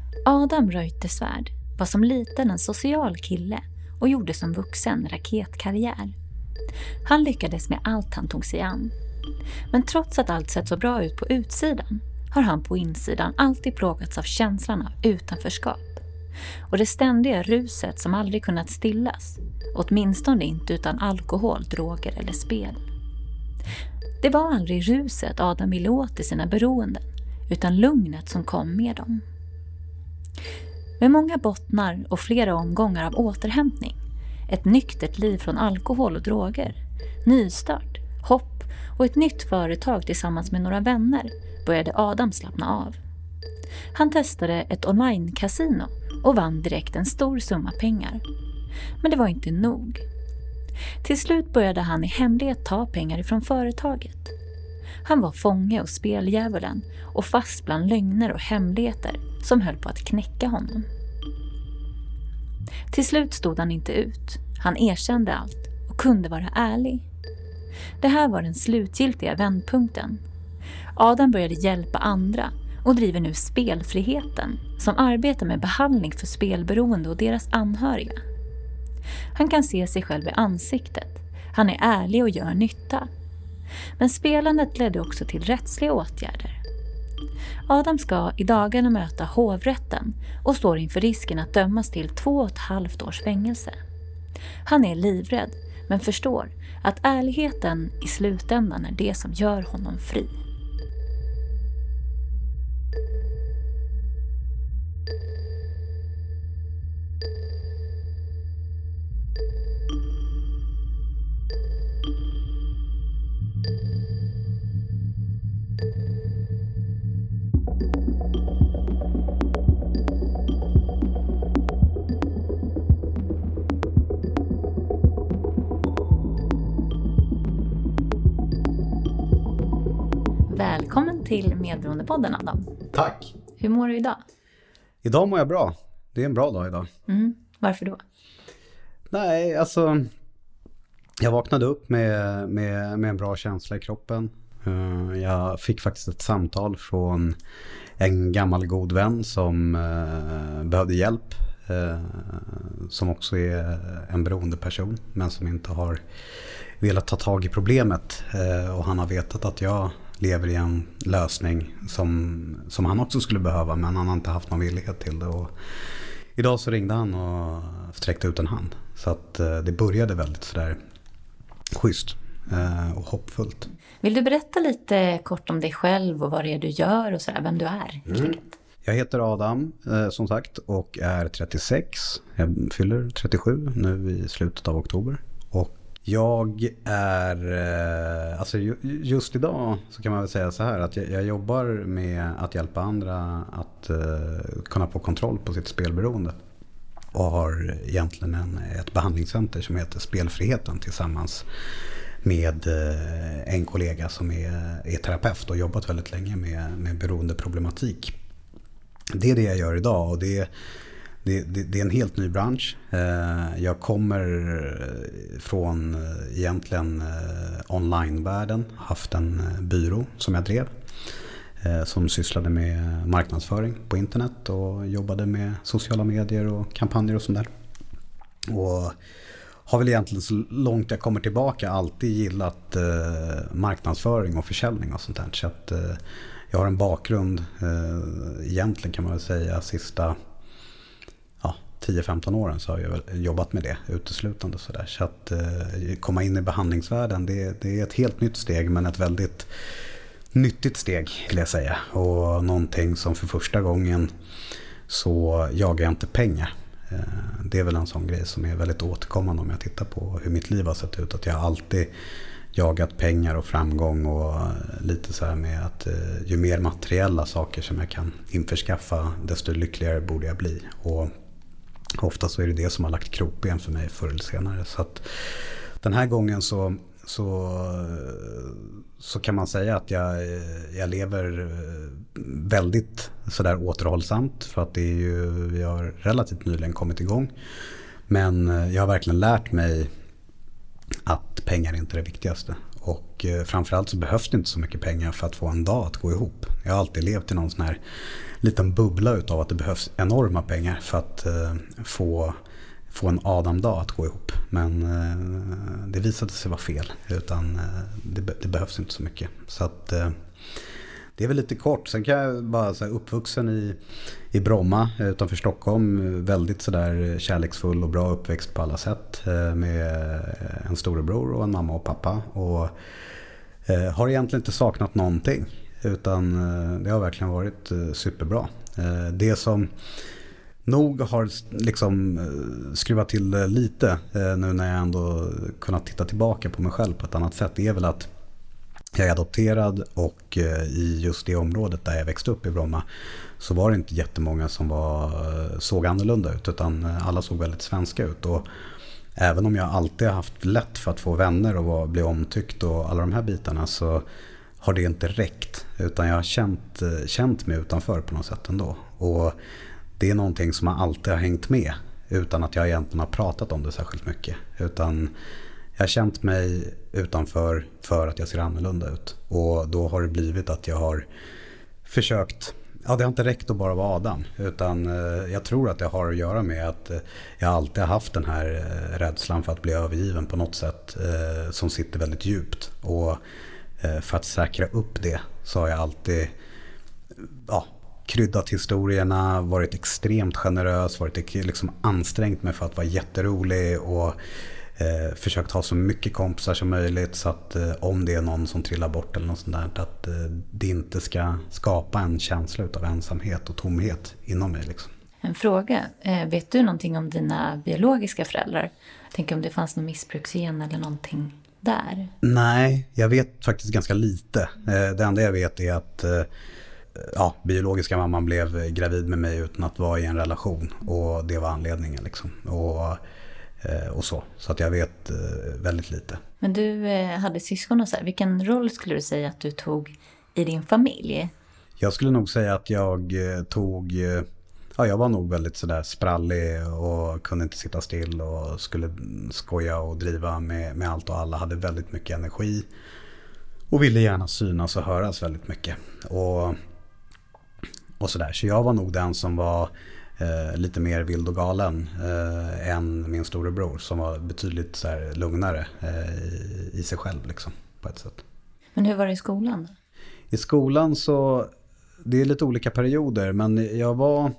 Adam Reuterswärd var som liten en social kille och gjorde som vuxen raketkarriär. Han lyckades med allt han tog sig an. Men trots att allt sett så bra ut på utsidan har han på insidan alltid plågats av känslan av utanförskap. Och det ständiga ruset som aldrig kunnat stillas, åtminstone inte utan alkohol, droger eller spel. Det var aldrig ruset Adam ville åt i sina beroenden, utan lugnet som kom med dem. Med många bottnar och flera omgångar av återhämtning, ett nyktert liv från alkohol och droger, nystart, hopp och ett nytt företag tillsammans med några vänner började Adam slappna av. Han testade ett online-casino och vann direkt en stor summa pengar. Men det var inte nog. Till slut började han i hemlighet ta pengar ifrån företaget. Han var fånge och speldjävulen och fast bland lögner och hemligheter som höll på att knäcka honom. Till slut stod han inte ut. Han erkände allt och kunde vara ärlig. Det här var den slutgiltiga vändpunkten. Adam började hjälpa andra och driver nu Spelfriheten som arbetar med behandling för spelberoende och deras anhöriga. Han kan se sig själv i ansiktet. Han är ärlig och gör nytta. Men spelandet ledde också till rättsliga åtgärder. Adam ska i dagarna möta hovrätten och står inför risken att dömas till 2,5 års fängelse. Han är livrädd men förstår att ärligheten i slutändan är det som gör honom fri. Välkommen till Medberoendepodden, Adam. Tack. Hur mår du idag? Idag mår jag bra. Det är en bra dag idag. Varför då? Nej, alltså jag vaknade upp med en bra känsla i kroppen. Jag fick faktiskt ett samtal från en gammal god vän som behövde hjälp. Som också är en beroende person men som inte har velat ta tag i problemet. Och han har vetat att jag lever i en lösning som han också skulle behöva, men han har inte haft någon villighet till det. Och idag så ringde han och sträckte ut en hand. Så att det började väldigt sådär schysst och hoppfullt. Vill du berätta lite kort om dig själv och vad det är du gör och sådär, vem du är? Jag heter Adam som sagt och är 36. Jag fyller 37 nu i slutet av oktober. Och jag är, alltså just idag så kan man väl säga så här att jag jobbar med att hjälpa andra att kunna få kontroll på sitt spelberoende. Och har egentligen ett behandlingscenter som heter Spelfriheten tillsammans med en kollega som är terapeut och jobbat väldigt länge med beroendeproblematik. Det är det jag gör idag och det är en helt ny bransch. Jag kommer från egentligen onlinevärlden, haft en byrå som jag drev som sysslade med marknadsföring på internet och jobbade med sociala medier och kampanjer och sånt där. Och har väl egentligen så långt jag kommer tillbaka alltid gillat marknadsföring och försäljning och sånt där. Så att jag har en bakgrund egentligen kan man väl säga sista 10-15 åren så har jag väl jobbat med det uteslutande sådär. Så att komma in i behandlingsvärlden det är ett helt nytt steg men ett väldigt nyttigt steg skulle jag säga. Och någonting som för första gången så jagar jag inte pengar. Det är väl en sån grej som är väldigt återkommande om jag tittar på hur mitt liv har sett ut. Att jag alltid jagat pengar och framgång och lite så här med att ju mer materiella saker som jag kan införskaffa desto lyckligare borde jag bli. Och ofta så är det som har lagt krokben för mig förr eller senare. Så att den här gången så kan man säga att jag lever väldigt sådär återhållsamt för att vi har relativt nyligen kommit igång. Men jag har verkligen lärt mig att pengar inte är det viktigaste. Och Och framförallt så behövs det inte så mycket pengar för att få en dag att gå ihop. Jag har alltid levt i någon sån här liten bubbla utav att det behövs enorma pengar för att få en Adam-dag att gå ihop. Men det visade sig vara fel. Utan det behövs inte så mycket. Så att det är väl lite kort. Sen kan jag bara säga uppvuxen i Bromma utanför Stockholm. Väldigt sådär kärleksfull och bra uppväxt på alla sätt. Med en storebror och en mamma och pappa. Och har egentligen inte saknat någonting. Utan det har verkligen varit superbra. Det som nog har liksom skruvat till lite nu när jag ändå kunnat titta tillbaka på mig själv på ett annat sätt, det är väl att jag är adopterad och i just det området där jag växte upp i Bromma så var det inte jättemånga som såg annorlunda ut, utan alla såg väldigt svenska ut. Och även om jag alltid har haft lätt för att få vänner och bli omtyckt och alla de här bitarna, så har det inte räckt, utan jag har känt mig utanför på något sätt ändå. Och det är någonting som alltid har hängt med utan att jag egentligen har pratat om det särskilt mycket. Utan jag har känt mig utanför för att jag ser annorlunda ut. Och då har det blivit att jag har försökt, det har inte räckt att bara vara Adam. Utan jag tror att det har att göra med att jag alltid har haft den här rädslan för att bli övergiven på något sätt som sitter väldigt djupt. Och för att säkra upp det så har jag alltid kryddat historierna, varit extremt generös, varit liksom ansträngt mig för att vara jätterolig och försökt ha så mycket kompisar som möjligt, så att om det är någon som trillar bort eller något sånt där, att det inte ska skapa en känsla av ensamhet och tomhet inom mig liksom. En fråga, vet du någonting om dina biologiska föräldrar? Tänk om det fanns någon missbruksgen eller någonting där? Nej, jag vet faktiskt ganska lite. Det enda jag vet är att biologiska mamman blev gravid med mig utan att vara i en relation, och det var anledningen liksom. Och så att jag vet väldigt lite. Men du hade syskon och så här. Vilken roll skulle du säga att du tog i din familj? Jag skulle nog säga att jag jag var nog väldigt sådär sprallig och kunde inte sitta still och skulle skoja och driva med allt och alla. Hade väldigt mycket energi och ville gärna synas och höras väldigt mycket. Och sådär. Så jag var nog den som var lite mer vild och galen än min storebror, som var betydligt så här lugnare i sig själv liksom, på ett sätt. Men hur var det i skolan då? I skolan så, det är lite olika perioder, men jag var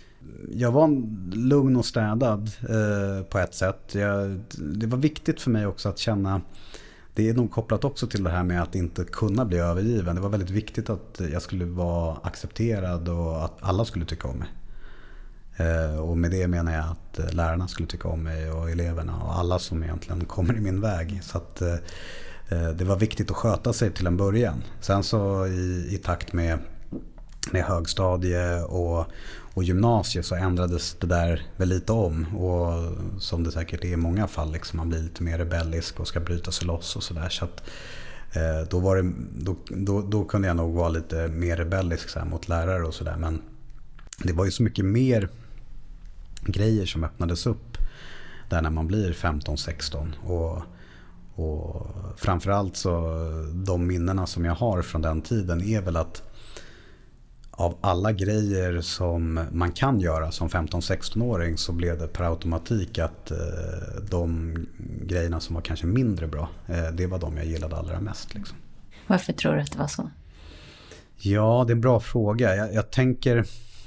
lugn och städad på ett sätt. Det var viktigt för mig också att känna, det är nog kopplat också till det här med att inte kunna bli övergiven. Det var väldigt viktigt att jag skulle vara accepterad och att alla skulle tycka om mig. Och med det menar jag att lärarna skulle tycka om mig och eleverna och alla som egentligen kommer i min väg. Så att det var viktigt att sköta sig till en början. Sen så i takt med högstadie och gymnasie så ändrades det där väl lite om. Och som det säkert är i många fall, liksom, man blir lite mer rebellisk och ska bryta sig loss och sådär. Så att då kunde jag nog vara lite mer rebellisk så här, mot lärare och sådär. Men det var ju så mycket mer grejer som öppnades upp där när man blir 15-16. Och framförallt så de minnena som jag har från den tiden är väl att av alla grejer som man kan göra som 15-16-åring så blev det per automatik att de grejerna som var kanske mindre bra, det var de jag gillade allra mest liksom. Varför tror du att det var så? Ja, det är en bra fråga. Jag tänker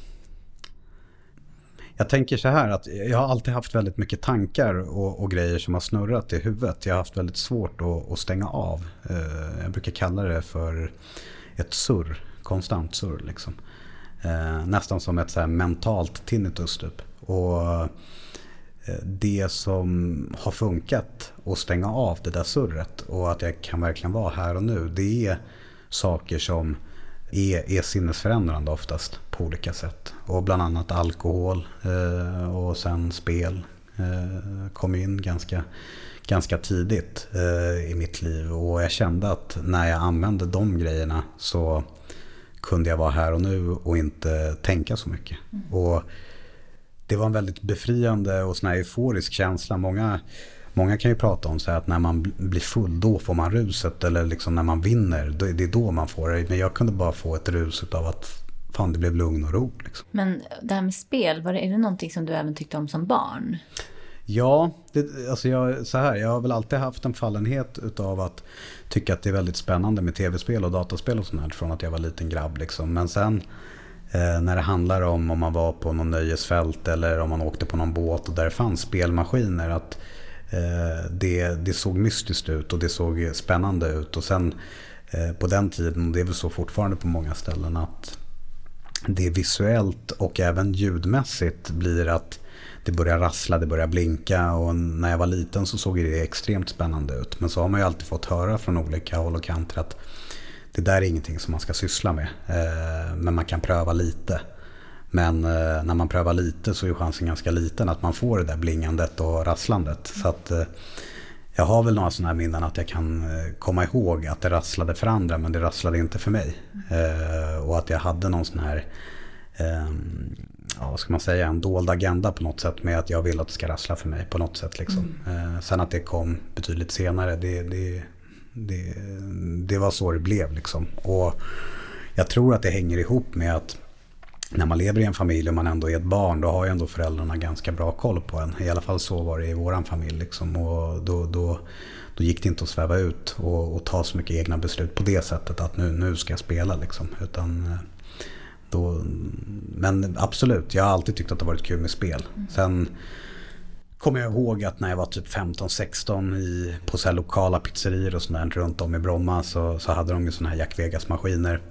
så här att jag har alltid haft väldigt mycket tankar och grejer som har snurrat i huvudet. Jag har haft väldigt svårt att stänga av. Jag brukar kalla det för ett surr, konstant surr liksom. Nästan som ett så här mentalt tinnitus typ. Och det som har funkat att stänga av det där surret och att jag kan verkligen vara här och nu, det är saker som är sinnesförändrande oftast på olika sätt. Och bland annat alkohol och sen spel kom in ganska tidigt i mitt liv. Och jag kände att när jag använde de grejerna så kunde jag vara här och nu och inte tänka så mycket. Och det var en väldigt befriande och sån här euforisk känsla. Många många kan ju prata om så här att när man blir full då får man ruset, eller liksom när man vinner, det är då man får det. Men jag kunde bara få ett rus av att fan, det blev lugn och ro. Liksom. Men det här med spel, är det någonting som du även tyckte om som barn? Ja, jag har väl alltid haft en fallenhet utav att tycka att det är väldigt spännande med tv-spel och dataspel och sånt här från att jag var liten grabb. Liksom. Men sen när det handlar om man var på någon nöjesfält eller om man åkte på någon båt och där det fanns spelmaskiner, att det såg mystiskt ut och det såg spännande ut. Och sen på den tiden, och det är väl så fortfarande på många ställen, att det visuellt och även ljudmässigt blir att det börjar rassla, det börjar blinka, och när jag var liten så såg det extremt spännande ut. Men så har man ju alltid fått höra från olika håll och kanter att det där är ingenting som man ska syssla med, men man kan pröva lite. Men när man prövar lite så är chansen ganska liten att man får det där blingandet och rasslandet. Så att jag har väl några sådana här minnen att jag kan komma ihåg att det rasslade för andra, men det rasslade inte för mig. Och att jag hade någon sån här vad ska man säga, en dold agenda på något sätt med att jag vill att det ska rassla för mig på något sätt liksom. Sen att det kom betydligt senare, det var så det blev liksom. Och jag tror att det hänger ihop med att när man lever i en familj och man ändå är ett barn, då har ju ändå föräldrarna ganska bra koll på en. I alla fall så var det i våran familj liksom. Och då gick det inte att sväva ut och ta så mycket egna beslut på det sättet att nu ska jag spela liksom. Utan men absolut, jag har alltid tyckt att det varit kul med spel. Sen kommer jag ihåg att när jag var typ 15-16 på så här lokala pizzerior och sådär runt om i Bromma, så hade de ju såna här Jack Vegas-maskiner.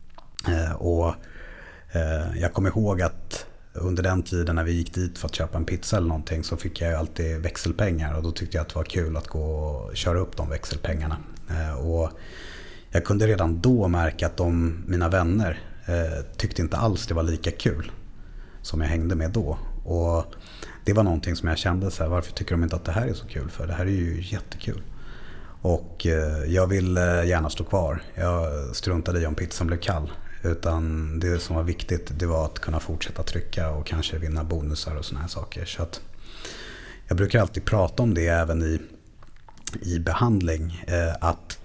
Och jag kommer ihåg att under den tiden när vi gick dit för att köpa en pizza eller någonting, så fick jag ju alltid växelpengar, och då tyckte jag att det var kul att gå och köra upp de växelpengarna. Och jag kunde redan då märka att mina vänner tyckte inte alls det var lika kul som jag hängde med då. Och det var någonting som jag kände så här, varför tycker de inte att det här är så kul? För det här är ju jättekul. Och jag vill gärna stå kvar. Jag struntade i om pizzan blev kall. Utan det som var viktigt, det var att kunna fortsätta trycka och kanske vinna bonusar och såna här saker. Så att jag brukar alltid prata om det även i behandling, att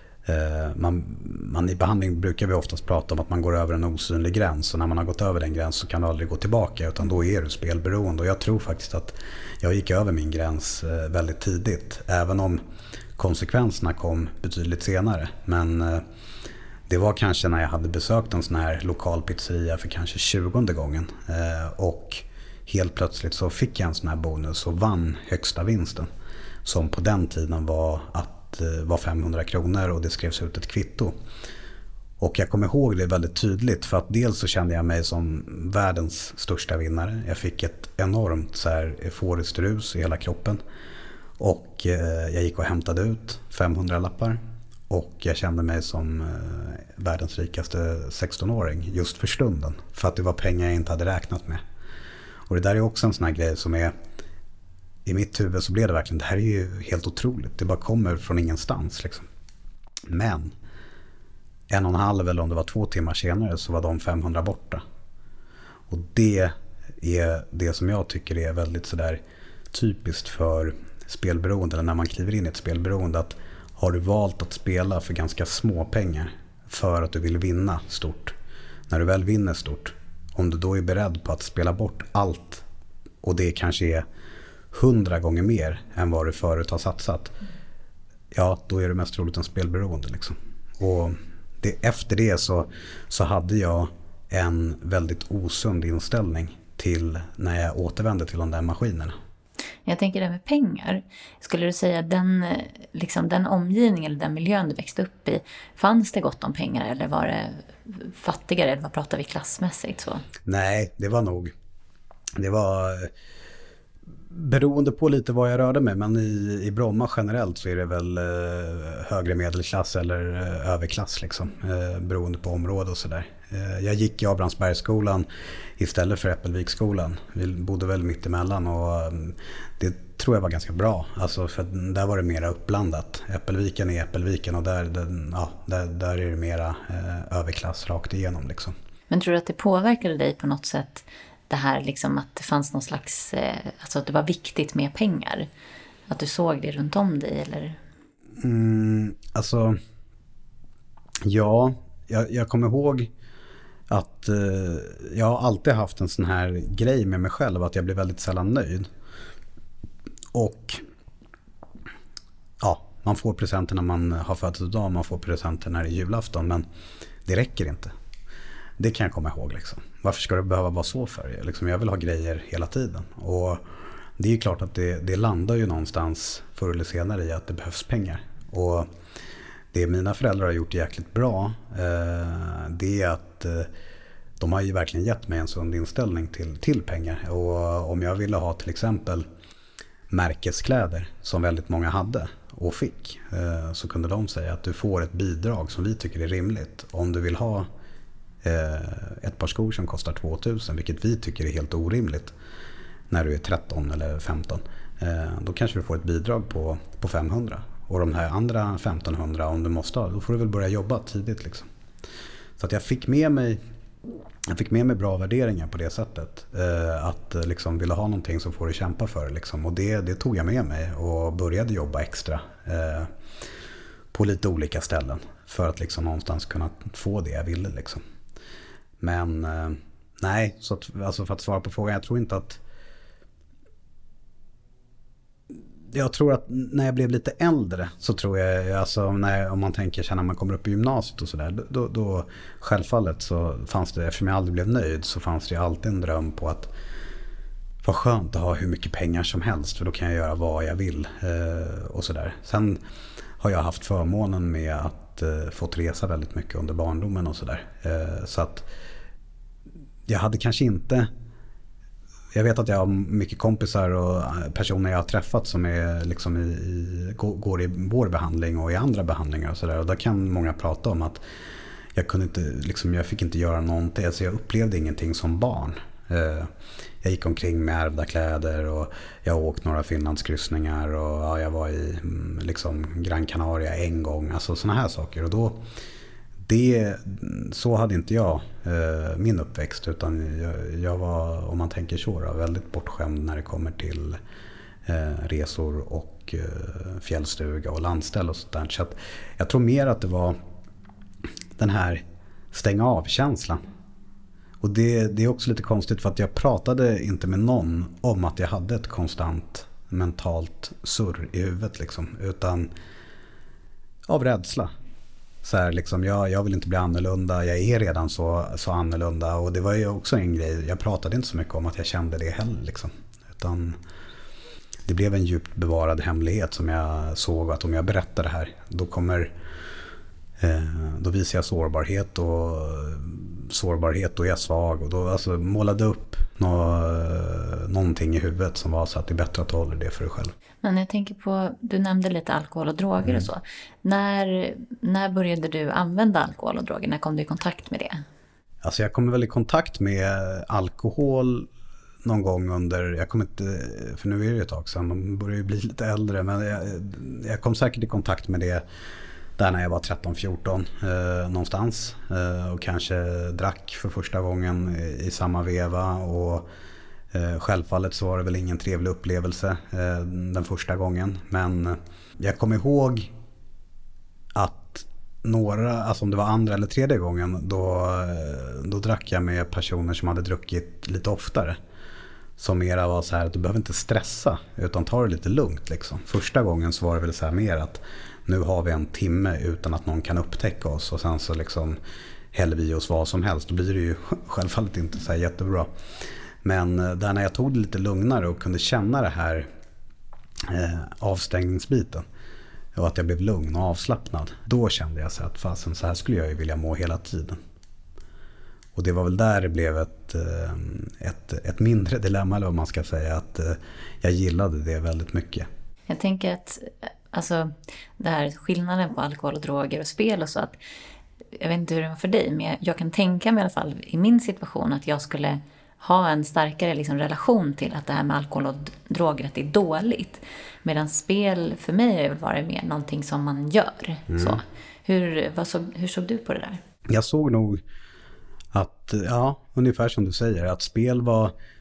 man i behandling brukar vi oftast prata om att man går över en osynlig gräns, och när man har gått över den gräns så kan du aldrig gå tillbaka, utan då är du spelberoende. Och jag tror faktiskt att jag gick över min gräns väldigt tidigt, även om konsekvenserna kom betydligt senare. Men det var kanske när jag hade besökt en sån här lokal pizzeria för kanske 20:e gången, och helt plötsligt så fick jag en sån här bonus och vann högsta vinsten, som på den tiden var 500 kronor, och det skrevs ut ett kvitto. Och jag kommer ihåg det väldigt tydligt, för att dels så kände jag mig som världens största vinnare. Jag fick ett enormt så här euforiskt rus i hela kroppen, och jag gick och hämtade ut 500 lappar, och jag kände mig som världens rikaste 16-åring just för stunden, för att det var pengar jag inte hade räknat med. Och det där är också en sån här grej som är, i mitt huvud så blev det verkligen, det här är ju helt otroligt. Det bara kommer från ingenstans liksom. Men 1,5 eller om det var 2 timmar senare så var de 500 borta. Och det är det som jag tycker är väldigt sådär typiskt för spelberoende, eller när man kliver in i ett spelberoende, att har du valt att spela för ganska små pengar för att du vill vinna stort, när du väl vinner stort, om du då är beredd på att spela bort allt, och det kanske är 100 gånger mer än vad du förut har satsat, ja, då är det mest troligt en spelberoende liksom. Och efter det så hade jag en väldigt osund inställning till när jag återvände till de där maskinerna. Jag tänker det med pengar. Skulle du säga den omgivning eller den miljön du växte upp i, fanns det gott om pengar, eller var det fattigare, eller vad pratar vi klassmässigt så? Nej, det var beroende på lite vad jag rörde mig, men i Bromma generellt så är det väl högre medelklass eller överklass liksom, beroende på område och sådär. Jag gick i Abrahamsbergsskolan istället för Äppelviksskolan. Vi bodde väl mitt emellan, och det tror jag var ganska bra. Alltså, för där var det mera uppblandat. Äppelviken är Äppelviken, och där är det mera överklass rakt igenom liksom. Men tror du att det påverkade dig på något sätt, det här liksom att det fanns någon slags, alltså att det var viktigt med pengar? Att du såg det runt om dig eller? Alltså, ja, jag kommer ihåg att jag har alltid haft en sån här grej med mig själv att jag blir väldigt sällan nöjd. Och ja, man får presenter när man har födelsedag, man får presenter när det är julafton, men det räcker inte. Det kan jag komma ihåg liksom. Varför ska det behöva vara så för? Liksom, jag vill ha grejer hela tiden. Och det är ju klart att det landar ju någonstans förr eller senare i att det behövs pengar. Och det mina föräldrar har gjort jäkligt bra, det är att de har ju verkligen gett mig en sund inställning till pengar. Och om jag ville ha till exempel märkeskläder som väldigt många hade och fick, så kunde de säga att du får ett bidrag som vi tycker är rimligt. Om du vill ha ett par skor som kostar 2000, vilket vi tycker är helt orimligt när du är 13 eller 15, då kanske du får ett bidrag på 500. Och de här andra 1500, om du måste ha, då får du väl börja jobba tidigt liksom. Så att jag fick med mig bra värderingar på det sättet. Att liksom vilja ha någonting så får du kämpa för det liksom. Och det tog jag med mig och började jobba extra på lite olika ställen för att liksom någonstans kunna få det jag ville liksom. Men nej, så att, alltså för att svara på frågan, jag tror att när jag blev lite äldre så tror jag, alltså om man tänker sig när man kommer upp i gymnasiet och sådär, då självfallet så fanns det, eftersom jag aldrig blev nöjd, så fanns det alltid en dröm på att vad skönt att ha hur mycket pengar som helst, för då kan jag göra vad jag vill och sådär. Sen har jag haft förmånen med att fått resa väldigt mycket under barndomen och sådär. Så att jag hade kanske inte... Jag vet att jag har mycket kompisar och personer jag har träffat som är liksom går i vår behandling och i andra behandlingar och sådär. Och där kan många prata om att jag fick inte göra någonting. Alltså jag upplevde ingenting som barn. Jag gick omkring med ärvda kläder och jag åkte några Finlandskryssningar och jag var i liksom Gran Canaria en gång. Alltså såna här saker. Och då... Så hade inte jag min uppväxt, utan jag var, om man tänker så, väldigt bortskämd när det kommer till resor och fjällstuga och landställ och sånt där. Så att jag tror mer att det var den här stänga av-känslan. Och det är också lite konstigt, för att jag pratade inte med någon om att jag hade ett konstant mentalt surr i huvudet liksom, utan av rädsla. Så här, liksom, jag vill inte bli annorlunda, jag är redan så annorlunda, och det var ju också en grej, jag pratade inte så mycket om att jag kände det heller liksom, utan det blev en djupt bevarad hemlighet som jag såg att om jag berättar det här, då visar jag sårbarhet och är jag svag, och då alltså målade upp någonting i huvudet som var så att det är bättre att du håller det för dig själv. Men jag tänker på, du nämnde lite alkohol och droger och så. När började du använda alkohol och droger? När kom du i kontakt med det? Alltså jag kom väl i kontakt med alkohol någon gång under, för nu är det ett tag sedan, man börjar ju bli lite äldre, men jag kom säkert i kontakt med det där när jag var 13-14 någonstans, och kanske drack för första gången i samma veva, och självfallet så var det väl ingen trevlig upplevelse den första gången, men jag kommer ihåg att alltså om det var andra eller tredje gången, då drack jag med personer som hade druckit lite oftare, som mera var så här att du behöver inte stressa utan ta det lite lugnt liksom. Första gången så var det väl så här mer att nu har vi en timme utan att någon kan upptäcka oss, och sen så liksom häller vi oss vad som helst. Då blir det ju självfallet inte så här jättebra. Men där när jag tog det lite lugnare och kunde känna det här avstängningsbiten, och att jag blev lugn och avslappnad, då kände jag så att fasen, så här skulle jag ju vilja må hela tiden. Och det var väl där det blev ett mindre dilemma, eller vad man ska säga, att jag gillade det väldigt mycket. Jag tänker att alltså, det här skillnaden på alkohol och droger och spel och så, att jag vet inte hur det var för dig, men jag kan tänka mig i alla fall i min situation att jag skulle ha en starkare liksom relation till att det här med alkohol och droger, att det är dåligt. Medan spel för mig har varit mer någonting som man gör. Så. Hur såg du på det där? Jag såg nog att, ja, ungefär som du säger, att spel var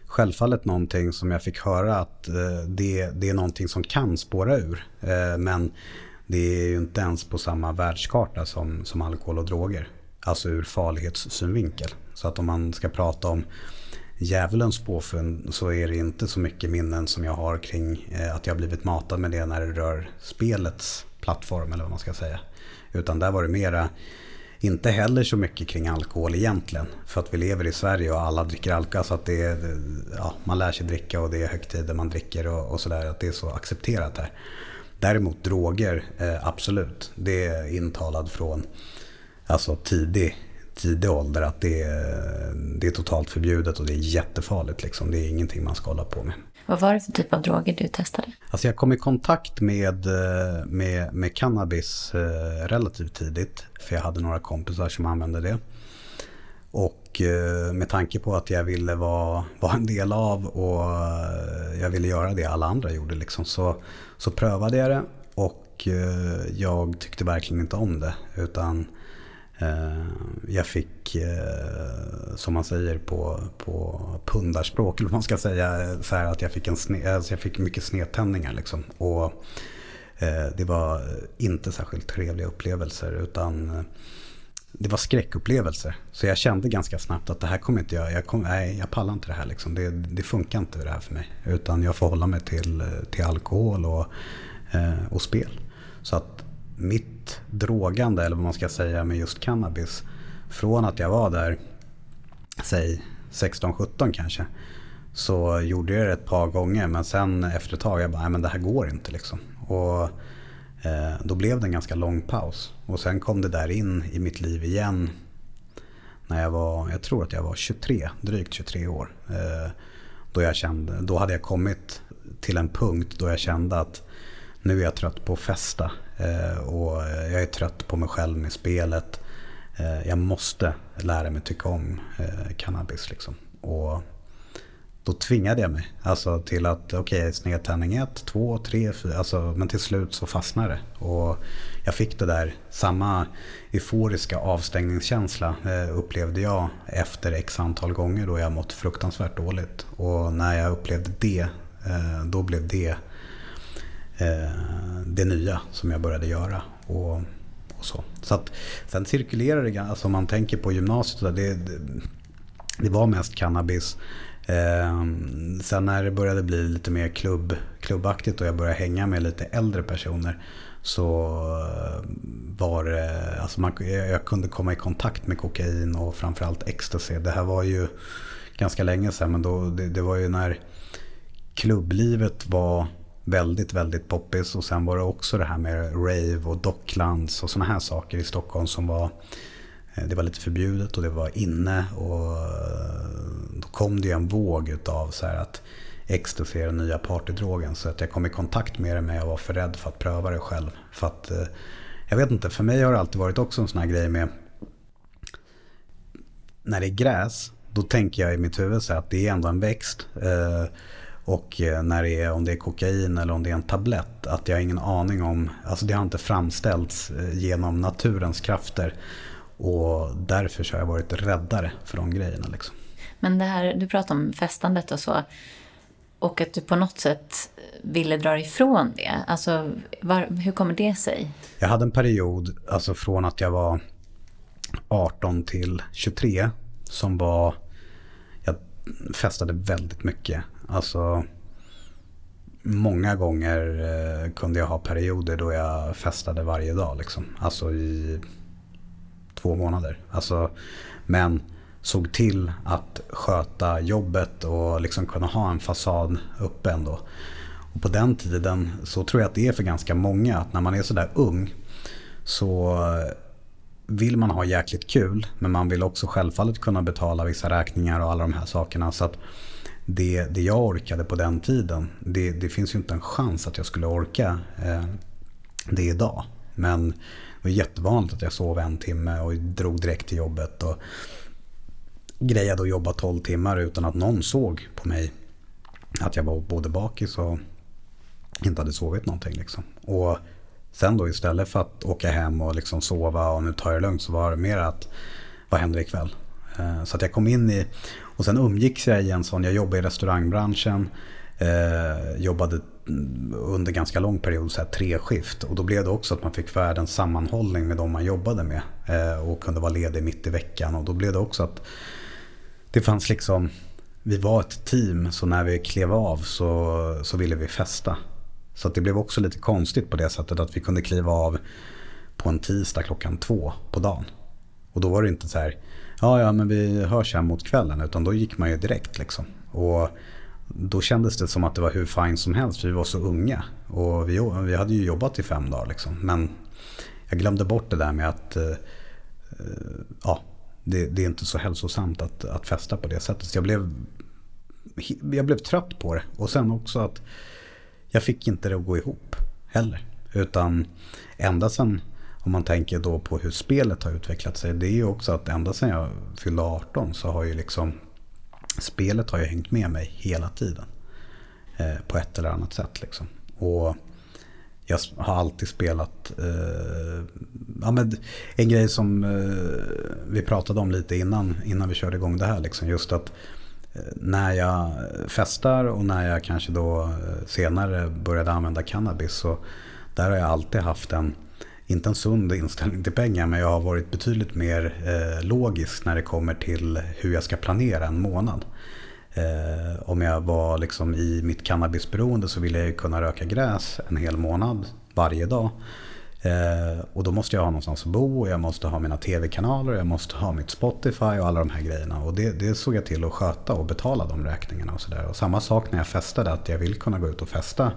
självfallet någonting som jag fick höra att det är någonting som kan spåra ur. Men det är ju inte ens på samma världskarta som alkohol och droger. Alltså ur farlighetssynvinkel. Så att om man ska prata om djävulens påfund så är det inte så mycket minnen som jag har kring att jag blivit matad med det när det rör spelets plattform eller vad man ska säga. Utan där var det mera, inte heller så mycket kring alkohol egentligen. För att vi lever i Sverige och alla dricker alkohol, så att man lär sig dricka och det är högtider man dricker och sådär, att det är så accepterat här. Däremot droger, absolut. Det är intalad från alltså tidig ålder att det är totalt förbjudet och det är jättefarligt. Liksom. Det är ingenting man ska hålla på med. Vad var det för typ av droger du testade? Alltså jag kom i kontakt med cannabis relativt tidigt. För jag hade några kompisar som använde det. Och med tanke på att jag ville vara en del av och jag ville göra det alla andra gjorde liksom, så prövade jag det. Och jag tyckte verkligen inte om det. Utan jag fick, som man säger på pundarspråk, eller vad man ska säga, så här att jag fick mycket snedtändningar liksom. Och det var inte särskilt trevliga upplevelser, utan det var skräckupplevelser. Så jag kände ganska snabbt att det här kommer inte jag pallar inte det här liksom. Det funkar inte det här för mig, utan jag får hålla mig till alkohol och spel. Så att mitt drogande, eller vad man ska säga, med just cannabis, från att jag var där, säg 16-17 kanske, så gjorde jag det ett par gånger, men sen efter ett tag jag bara, nej men det här går inte liksom. Och då blev det en ganska lång paus. Och sen kom det där in i mitt liv igen när jag tror att jag var drygt 23 år. Då hade jag kommit till en punkt då jag kände att nu är jag trött på att festa. Och jag är trött på mig själv med spelet. Jag måste lära mig tycka om cannabis liksom. Och då tvingade jag mig alltså till att snedtändning 1, 2, 3, 4, alltså, men till slut så fastnade det. Och jag fick det där samma euforiska avstängningskänsla upplevde jag efter x antal gånger då jag mått fruktansvärt dåligt. Och när jag upplevde det, då blev det nya som jag började göra och så. Så att sen cirkulerade det, alltså om man tänker på gymnasiet, det var mest cannabis. Sen när det började bli lite mer klubbaktigt och jag började hänga med lite äldre personer, så var det, alltså jag kunde komma i kontakt med kokain och framförallt ecstasy. Det här var ju ganska länge sedan, men då, det var ju när klubblivet var väldigt, väldigt poppis, och sen var det också det här med rave och Docklands och såna här saker i Stockholm som var lite förbjudet och det var inne, och då kom det ju en våg utav så här att ecstasy är den nya partydrogen, så att jag kom i kontakt med det, men jag var för rädd för att pröva det själv. För att jag vet inte, för mig har det alltid varit också en sån här grej med när det är gräs, då tänker jag i mitt huvud så att det är ändå en växt. Och om det är kokain eller om det är en tablett, att jag har ingen aning om, alltså det har inte framställts genom naturens krafter, och därför så har jag varit räddare för de grejerna liksom. Men det här, du pratar om festandet och så, och att du på något sätt ville dra ifrån det, alltså hur kommer det sig? Jag hade en period, alltså från att jag var 18 till 23, som var, jag festade väldigt mycket. Alltså många gånger kunde jag ha perioder då jag festade varje dag liksom. Alltså i 2 månader. Alltså, men såg till att sköta jobbet och liksom kunna ha en fasad uppe ändå. Och på den tiden så tror jag att det är för ganska många, att när man är så där ung så vill man ha jäkligt kul, men man vill också självfallet kunna betala vissa räkningar och alla de här sakerna. Så att det jag orkade på den tiden, det finns ju inte en chans att jag skulle orka det idag. Men det var jättevanligt att jag sov 1 timme och drog direkt till jobbet och grejade att jobba 12 timmar utan att någon såg på mig att jag var både bakis och inte hade sovit någonting liksom. Och sen då istället för att åka hem och liksom sova och nu tar jag det lugnt, så var det mer att vad händer ikväll? Så att jag kom in i, Och sen umgicks jag i en sån, jag jobbade i restaurangbranschen, jobbade under ganska lång period, så här 3 skift. Och då blev det också att man fick världens sammanhållning med de man jobbade med. Och kunde vara ledig mitt i veckan. Och då blev det också att det fanns liksom, vi var ett team, så när vi klev av så ville vi festa. Så att det blev också lite konstigt på det sättet att vi kunde kliva av på en tisdag 2:00 på dagen. Och då var det inte så här, ja men vi hörs här mot kvällen, utan då gick man ju direkt liksom. Och då kändes det som att det var hur fint som helst, för vi var så unga. Och vi hade ju jobbat i 5 dagar liksom. Men jag glömde bort det där med att det är inte så hälsosamt att festa på det sättet. Så jag blev trött på det. Och sen också att jag fick inte det att gå ihop heller. Utan ända sen, om man tänker då på hur spelet har utvecklat sig, det är ju också att ända sen jag fyllde 18 så har ju liksom spelet har ju hängt med mig hela tiden. På ett eller annat sätt liksom. Och jag har alltid spelat men en grej som vi pratade om lite innan vi körde igång det här liksom, just att när jag festar och när jag kanske då senare började använda cannabis, så där har jag alltid haft inte en sund inställning till pengar, men jag har varit betydligt mer logisk när det kommer till hur jag ska planera en månad. Om jag var liksom i mitt cannabisberoende så ville jag ju kunna röka gräs en hel månad varje dag. Och då måste jag ha någonstans att bo, och jag måste ha mina tv-kanaler, jag måste ha mitt Spotify och alla de här grejerna. Och det såg jag till att sköta och betala de räkningarna och sådär. Och samma sak när jag festade, att jag vill kunna gå ut och festa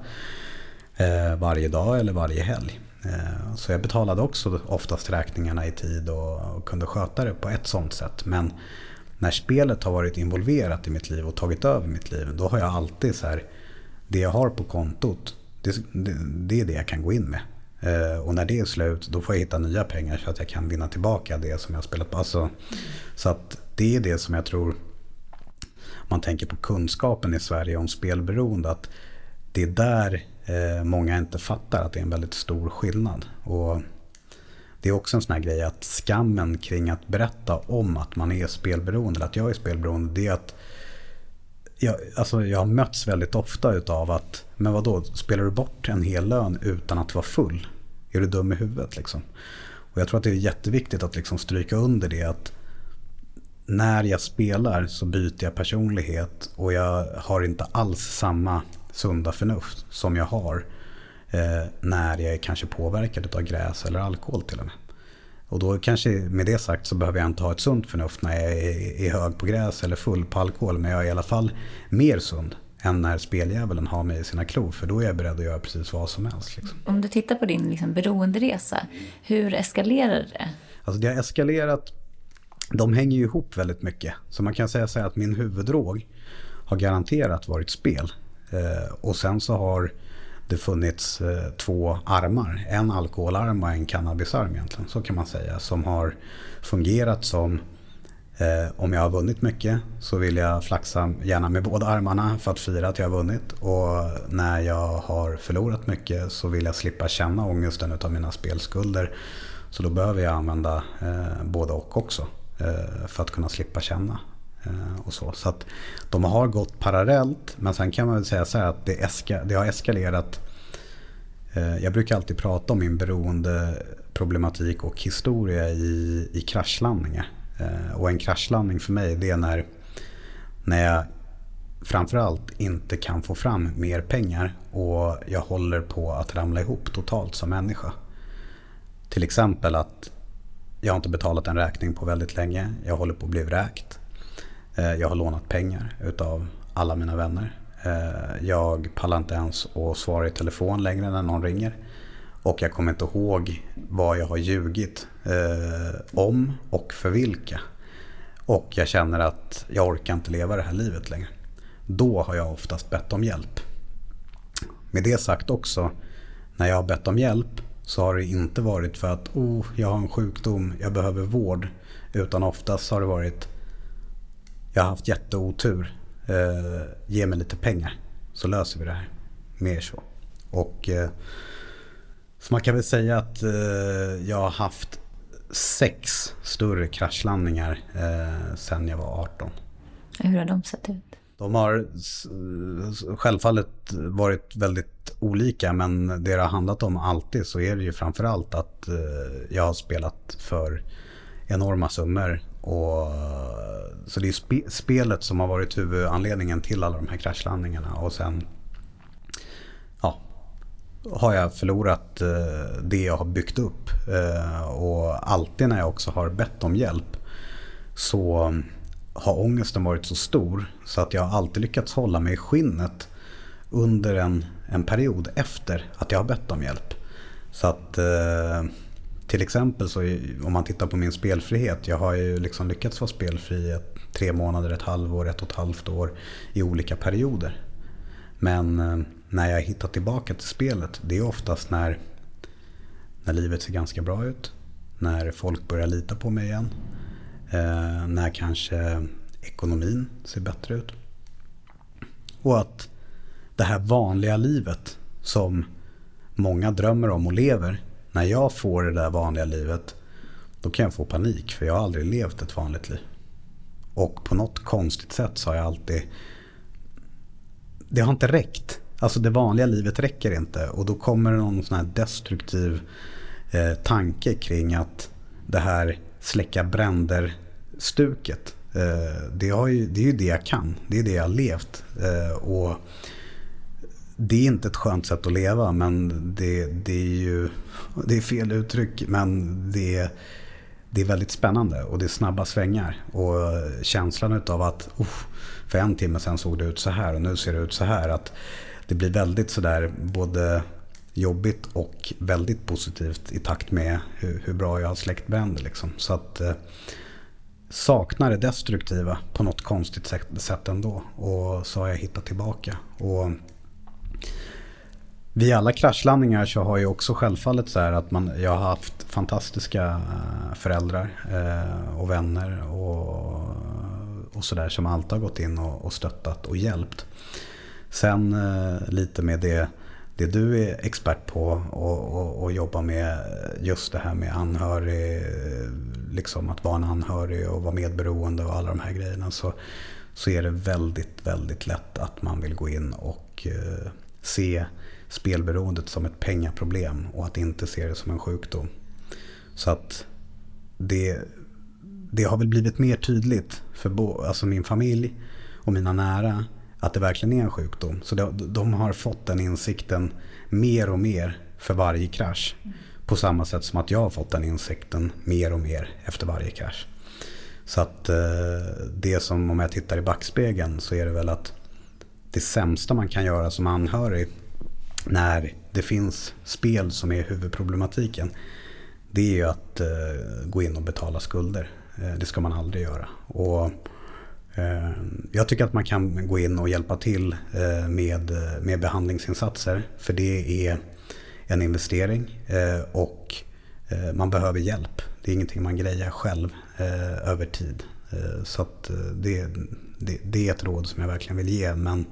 varje dag eller varje helg. Så jag betalade också oftast räkningarna i tid och kunde sköta det på ett sånt sätt. Men när spelet har varit involverat i mitt liv och tagit över mitt liv, då har jag alltid så här, det jag har på kontot, det är det jag kan gå in med. Och när det är slut, då får jag hitta nya pengar så att jag kan vinna tillbaka det som jag har spelat på. Alltså, så att det är det som jag tror, man tänker på kunskapen i Sverige om spelberoende, att det är där många inte fattar att det är en väldigt stor skillnad. Och det är också en sån här grej att skammen kring att berätta om att man är spelberoende, eller att jag är spelberoende, det är att jag har mötts väldigt ofta utav att, men vadå, spelar du bort en hel lön utan att vara full? Är du dum i huvudet liksom? Och jag tror att det är jätteviktigt att liksom stryka under det, att när jag spelar så byter jag personlighet, och jag har inte alls samma sunda förnuft som jag har när jag är kanske påverkad av gräs eller alkohol till och med. Och då kanske, med det sagt, så behöver jag inte ha ett sunt förnuft när jag är hög på gräs eller full på alkohol, men jag är i alla fall mer sund än när speldjävulen har mig i sina klor, för då är jag beredd att göra precis vad som helst liksom. Om du tittar på din liksom beroenderesa, hur eskalerade det? Alltså det har eskalerat, de hänger ju ihop väldigt mycket. Så man kan säga att min huvuddrog har garanterat varit spel. Och sen så har det funnits 2 armar. En alkoholarm och en cannabisarm egentligen, så kan man säga. Som har fungerat som, om jag har vunnit mycket så vill jag flaxa gärna med båda armarna för att fira att jag har vunnit. Och när jag har förlorat mycket så vill jag slippa känna ångesten utav mina spelskulder. Så då behöver jag använda både och också för att kunna slippa känna. Och så att de har gått parallellt, men sen kan man väl säga så här att det har eskalerat. Jag brukar alltid prata om min beroende problematik och historia i kraschlandningar. Och en kraschlandning för mig, det är när jag framförallt inte kan få fram mer pengar och jag håller på att ramla ihop totalt som människa. Till exempel att jag har inte betalat en räkning på väldigt länge, jag håller på att bli vräkt. Jag har lånat pengar utav alla mina vänner. Jag pallar inte ens att svara i telefon längre när någon ringer. Och jag kommer inte ihåg vad jag har ljugit om och för vilka. Och jag känner att jag orkar inte leva det här livet längre. Då har jag oftast bett om hjälp. Med det sagt också, när jag har bett om hjälp så har det inte varit för att jag har en sjukdom, jag behöver vård. Utan oftast har det varit, jag har haft jätteotur, ge mig lite pengar så löser vi det här. Mer så. Och så man kan väl säga att jag har haft 6 större kraschlandningar sedan jag var 18. Hur har de sett ut? De har självfallet varit väldigt olika, men det har handlat om alltid så är det ju framförallt att jag har spelat för enorma summor. Och, så det är spelet som har varit huvudanledningen till alla de här kraschlandningarna. Och sen har jag förlorat det jag har byggt upp. Och alltid när jag också har bett om hjälp så har ångesten varit så stor så att jag har alltid lyckats hålla mig i skinnet under en period efter att jag har bett om hjälp. Så att till exempel så om man tittar på min spelfrihet, jag har ju liksom lyckats vara spelfri 3 månader, ett halvår, 1,5 år i olika perioder. Men när jag hittar tillbaka till spelet, det är oftast när livet ser ganska bra ut, när folk börjar lita på mig igen, när kanske ekonomin ser bättre ut. Och att det här vanliga livet som många drömmer om och lever, när jag får det där vanliga livet, då kan jag få panik, för jag har aldrig levt ett vanligt liv. Och på något konstigt sätt så har jag alltid, det har inte räckt. Alltså det vanliga livet räcker inte, och då kommer någon sån här destruktiv tanke kring att det här släcka bränder stuket, det är ju det jag kan, det är det jag har levt, och det är inte ett skönt sätt att leva, men det är fel uttryck, men det är väldigt spännande och det är snabba svängar, och känslan utav att för 1 timme sedan såg det ut så här och nu ser det ut så här, att det blir väldigt sådär både jobbigt och väldigt positivt i takt med hur bra jag har släckt bränder liksom. Så att saknar det destruktiva på något konstigt sätt ändå, och så har jag hittat tillbaka. Och vid alla kraschlandningar så har jag också självfallet så här att jag har haft fantastiska föräldrar och vänner och sådär, som alltid har gått in och stöttat och hjälpt. Sen lite med det du är expert på och jobba med, just det här med anhörig, liksom att vara en anhörig och vara medberoende och alla de här grejerna, så är det väldigt, väldigt lätt att man vill gå in och se spelberoendet som ett pengaproblem och att inte se det som en sjukdom. Så att det har väl blivit mer tydligt för alltså min familj och mina nära att det verkligen är en sjukdom. Så de har fått den insikten mer och mer för varje krasch. På samma sätt som att jag har fått den insikten mer och mer efter varje krasch. Så att det som, om jag tittar i backspegeln, så är det väl att det sämsta man kan göra som anhörig när det finns spel som är huvudproblematiken, det är ju att gå in och betala skulder. Det ska man aldrig göra. Och jag tycker att man kan gå in och hjälpa till med behandlingsinsatser, för det är en investering och man behöver hjälp. Det är ingenting man grejer själv över tid. Så att det är ett råd som jag verkligen vill ge, men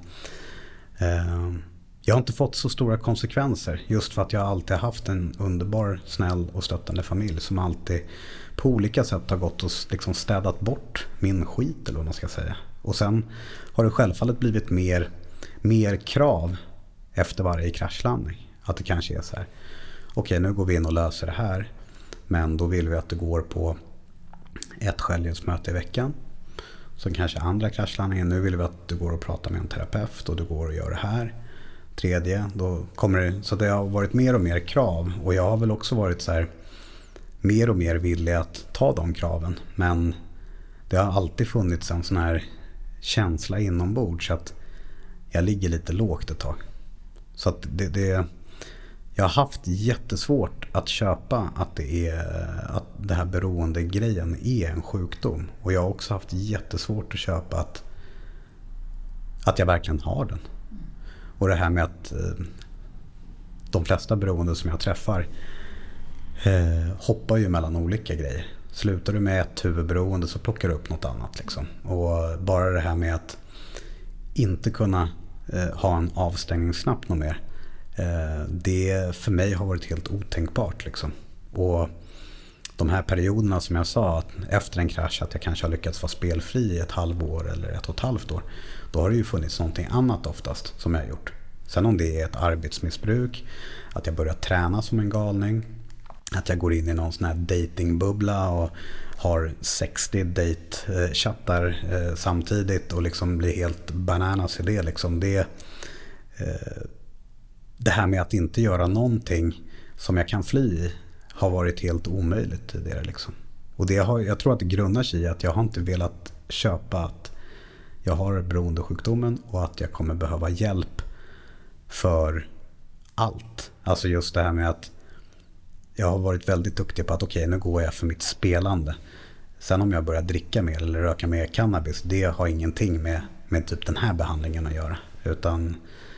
jag har inte fått så stora konsekvenser, just för att jag alltid har haft en underbar, snäll och stöttande familj som alltid på olika sätt har gått och liksom städat bort min skit, eller vad man ska säga. Och sen har det självfallet blivit mer krav efter varje kraschlandning. Att det kanske är så här: okej, nu går vi in och löser det här, men då vill vi att det går på ett självhjälpsmöte i veckan. Så kanske andra kraschlandningen, nu vill vi att du går och pratar med en terapeut och du går och gör det här. Tredje, då kommer det, så det har varit mer och mer krav, och jag har väl också varit så här mer och mer villig att ta de kraven, men det har alltid funnits en sån här känsla inombords så att jag ligger lite lågt ett tag. Så att jag har haft jättesvårt att köpa att det här beroende grejen är en sjukdom, och jag har också haft jättesvårt att köpa att jag verkligen har den. Och det här med att de flesta beroende som jag träffar hoppar ju mellan olika grejer. Slutar du med ett huvudberoende så plockar du upp något annat liksom. Och bara det här med att inte kunna ha en avstängningsknapp något mer, det för mig har varit helt otänkbart liksom. Och de här perioderna som jag sa, att efter en krasch att jag kanske har lyckats vara spelfri i ett halvår eller 1,5 år, då har det ju funnits någonting annat oftast som jag har gjort. Sen om det är ett arbetsmissbruk, att jag börjar träna som en galning, att jag går in i någon sån här datingbubbla och har 60 date-chattar samtidigt och liksom blir helt bananas i det. Liksom det här med att inte göra någonting som jag kan fly i har varit helt omöjligt tidigare. Liksom. Och jag tror att det grundar sig i att jag har inte velat köpa att jag har beroendesjukdomen och att jag kommer behöva hjälp för allt. Alltså just det här med att jag har varit väldigt duktig på att okej, nu går jag för mitt spelande. Sen om jag börjar dricka mer eller röka mer cannabis, det har ingenting med typ den här behandlingen att göra. Utan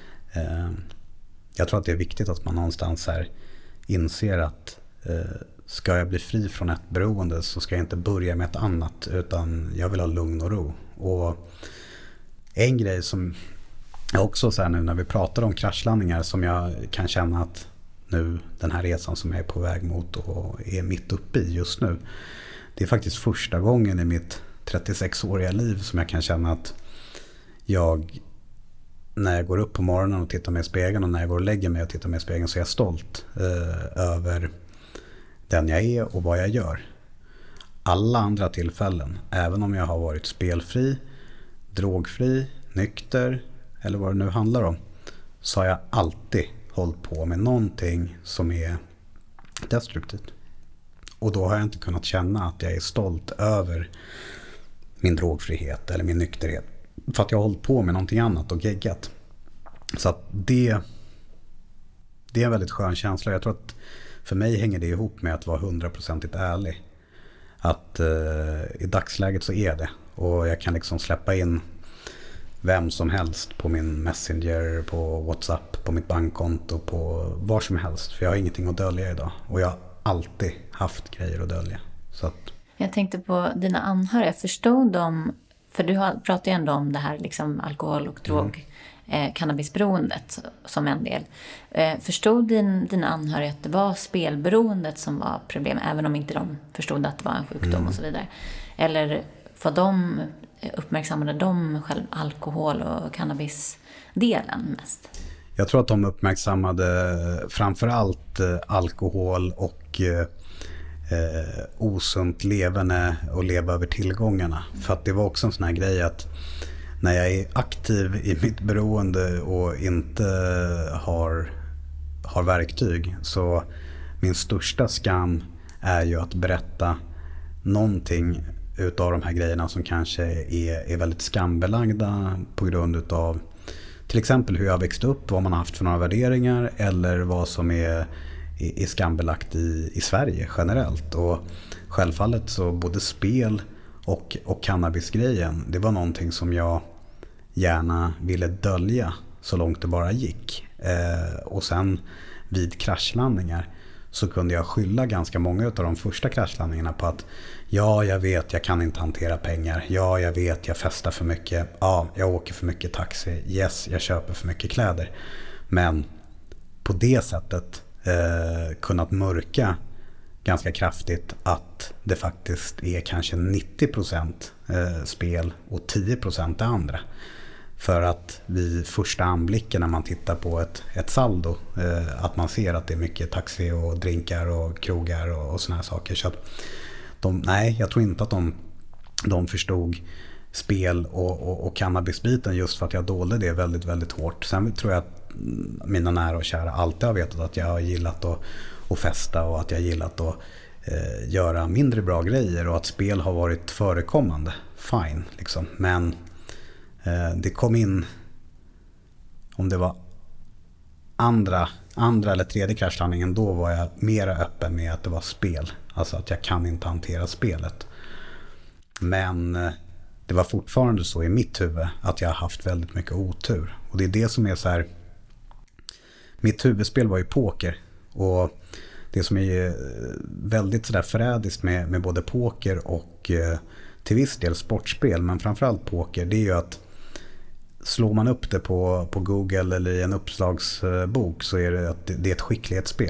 jag tror att det är viktigt att man någonstans här inser att ska jag bli fri från ett beroende så ska jag inte börja med ett annat, utan jag vill ha lugn och ro. Och en grej som jag också så här nu när vi pratar om kraschlandningar som jag kan känna att nu den här resan som jag är på väg mot och är mitt uppe i just nu, det är faktiskt första gången i mitt 36-åriga liv som jag kan känna att jag, när jag går upp på morgonen och tittar mig i spegeln och när jag går och lägger mig och tittar mig i spegeln, så är jag stolt över den jag är och vad jag gör. Alla andra tillfällen, även om jag har varit spelfri, drogfri, nykter eller vad det nu handlar om, så har jag alltid hållit på med någonting som är destruktivt. Och då har jag inte kunnat känna att jag är stolt över min drogfrihet eller min nykterhet. För att jag har hållit på med någonting annat och geggat. Så att det är en väldigt skön känsla. Jag tror att för mig hänger det ihop med att vara 100% ärlig. Att i dagsläget så är det. Och jag kan liksom släppa in vem som helst på min Messenger, på WhatsApp, på mitt bankkonto, på var som helst. För jag har ingenting att dölja idag. Och jag har alltid haft grejer att dölja. Så att... Jag tänkte på dina anhöriga. Förstod de, för du pratar ju ändå om det här liksom alkohol- och cannabisberoendet som en del. Förstod dina anhöriga att det var spelberoendet som var problem, även om inte de förstod att det var en sjukdom och så vidare? Eller uppmärksammade de själv alkohol- och cannabisdelen mest? Jag tror att de uppmärksammade framförallt alkohol och osunt levande och leva över tillgångarna. För att det var också en sån här grej att när jag är aktiv i mitt beroende och inte har verktyg, så min största skam är ju att berätta någonting utav de här grejerna som kanske är väldigt skambelagda på grund utav till exempel hur jag växte upp, vad man har haft för några värderingar eller vad som är skambelagt i Sverige generellt. Och självfallet så både spel och cannabisgrejen, det var någonting som jag gärna ville dölja så långt det bara gick. Och sen vid kraschlandningar så kunde jag skylla ganska många av de första kraschlandningarna på att ja, jag vet, jag kan inte hantera pengar. Ja, jag vet, jag festar för mycket. Ja, jag åker för mycket taxi. Yes, jag köper för mycket kläder. Men på det sättet kunnat mörka ganska kraftigt att det faktiskt är kanske 90% spel och 10% det andra. För att vid första anblicken när man tittar på ett saldo att man ser att det är mycket taxi och drinkar och krogar och såna här saker. Så att jag tror inte att de förstod spel och cannabisbiten just för att jag dolde det väldigt, väldigt hårt. Sen tror jag att mina nära och kära alltid har vetat att jag har gillat att festa och att jag har gillat att göra mindre bra grejer och att spel har varit förekommande. Fine, liksom. Men det kom in, om det var andra eller tredje kraschlandningen, då var jag mer öppen med att det var spel. Alltså att jag kan inte hantera spelet. Men det var fortfarande så i mitt huvud att jag har haft väldigt mycket otur. Och det är det som är så här, mitt huvudspel var ju poker. Och det som är väldigt sådär förrädiskt med både poker och till viss del sportspel, men framförallt poker, det är ju att slår man upp det på Google eller i en uppslagsbok så är det att det är ett skicklighetsspel.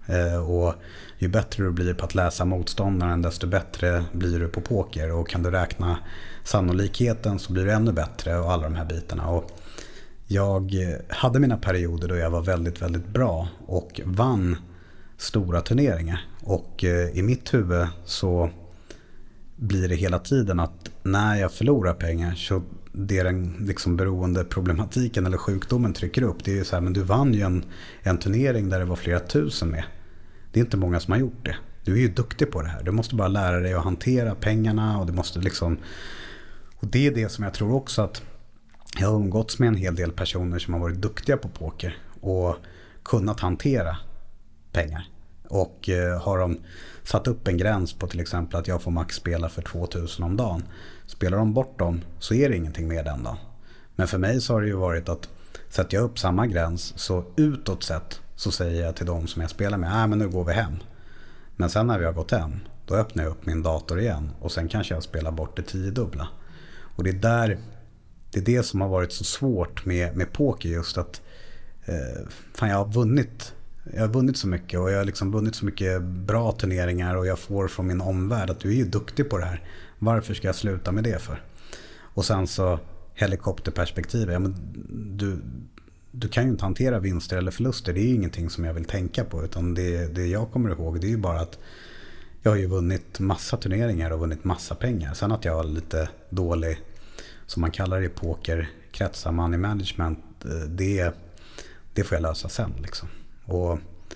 Och ju bättre du blir på att läsa motståndaren, desto bättre blir du på poker. Och kan du räkna sannolikheten så blir du ännu bättre och alla de här bitarna. Och jag hade mina perioder då jag var väldigt, väldigt bra och vann stora turneringar. Och i mitt huvud så blir det hela tiden att när jag förlorar pengar så det är den liksom beroende problematiken eller sjukdomen trycker upp. Det är ju så här, men du vann ju en turnering där det var flera tusen med. Det är inte många som har gjort det. Du är ju duktig på det här. Du måste bara lära dig att hantera pengarna och du måste liksom... Och det är det som jag tror också att jag har umgåtts med en hel del personer som har varit duktiga på poker och kunnat hantera pengar. Och har de satt upp en gräns på till exempel att jag får max spela för 2000 om dagen. Spelar de bort dem så är det ingenting med den dagen. Men för mig så har det ju varit att sätter jag upp samma gräns så utåt sett så säger jag till dem som jag spelar med, men nu går vi hem. Men sen när vi har gått hem, då öppnar jag upp min dator igen och sen kanske jag spelar bort det 10-dubbla. Och det är det som har varit så svårt med poker, just att jag har vunnit så mycket och jag har liksom vunnit så mycket bra turneringar och jag får från min omvärld att du är ju duktig på det här. Varför ska jag sluta med det för? Och sen så helikopterperspektivet. Men du kan ju inte hantera vinster eller förluster. Det är ju ingenting som jag vill tänka på, utan det jag kommer ihåg, det är ju bara att jag har ju vunnit massa turneringar och vunnit massa pengar. Sen att jag har lite dålig, som man kallar det i pokerkretsar, money management, det får jag lösa sen liksom. Och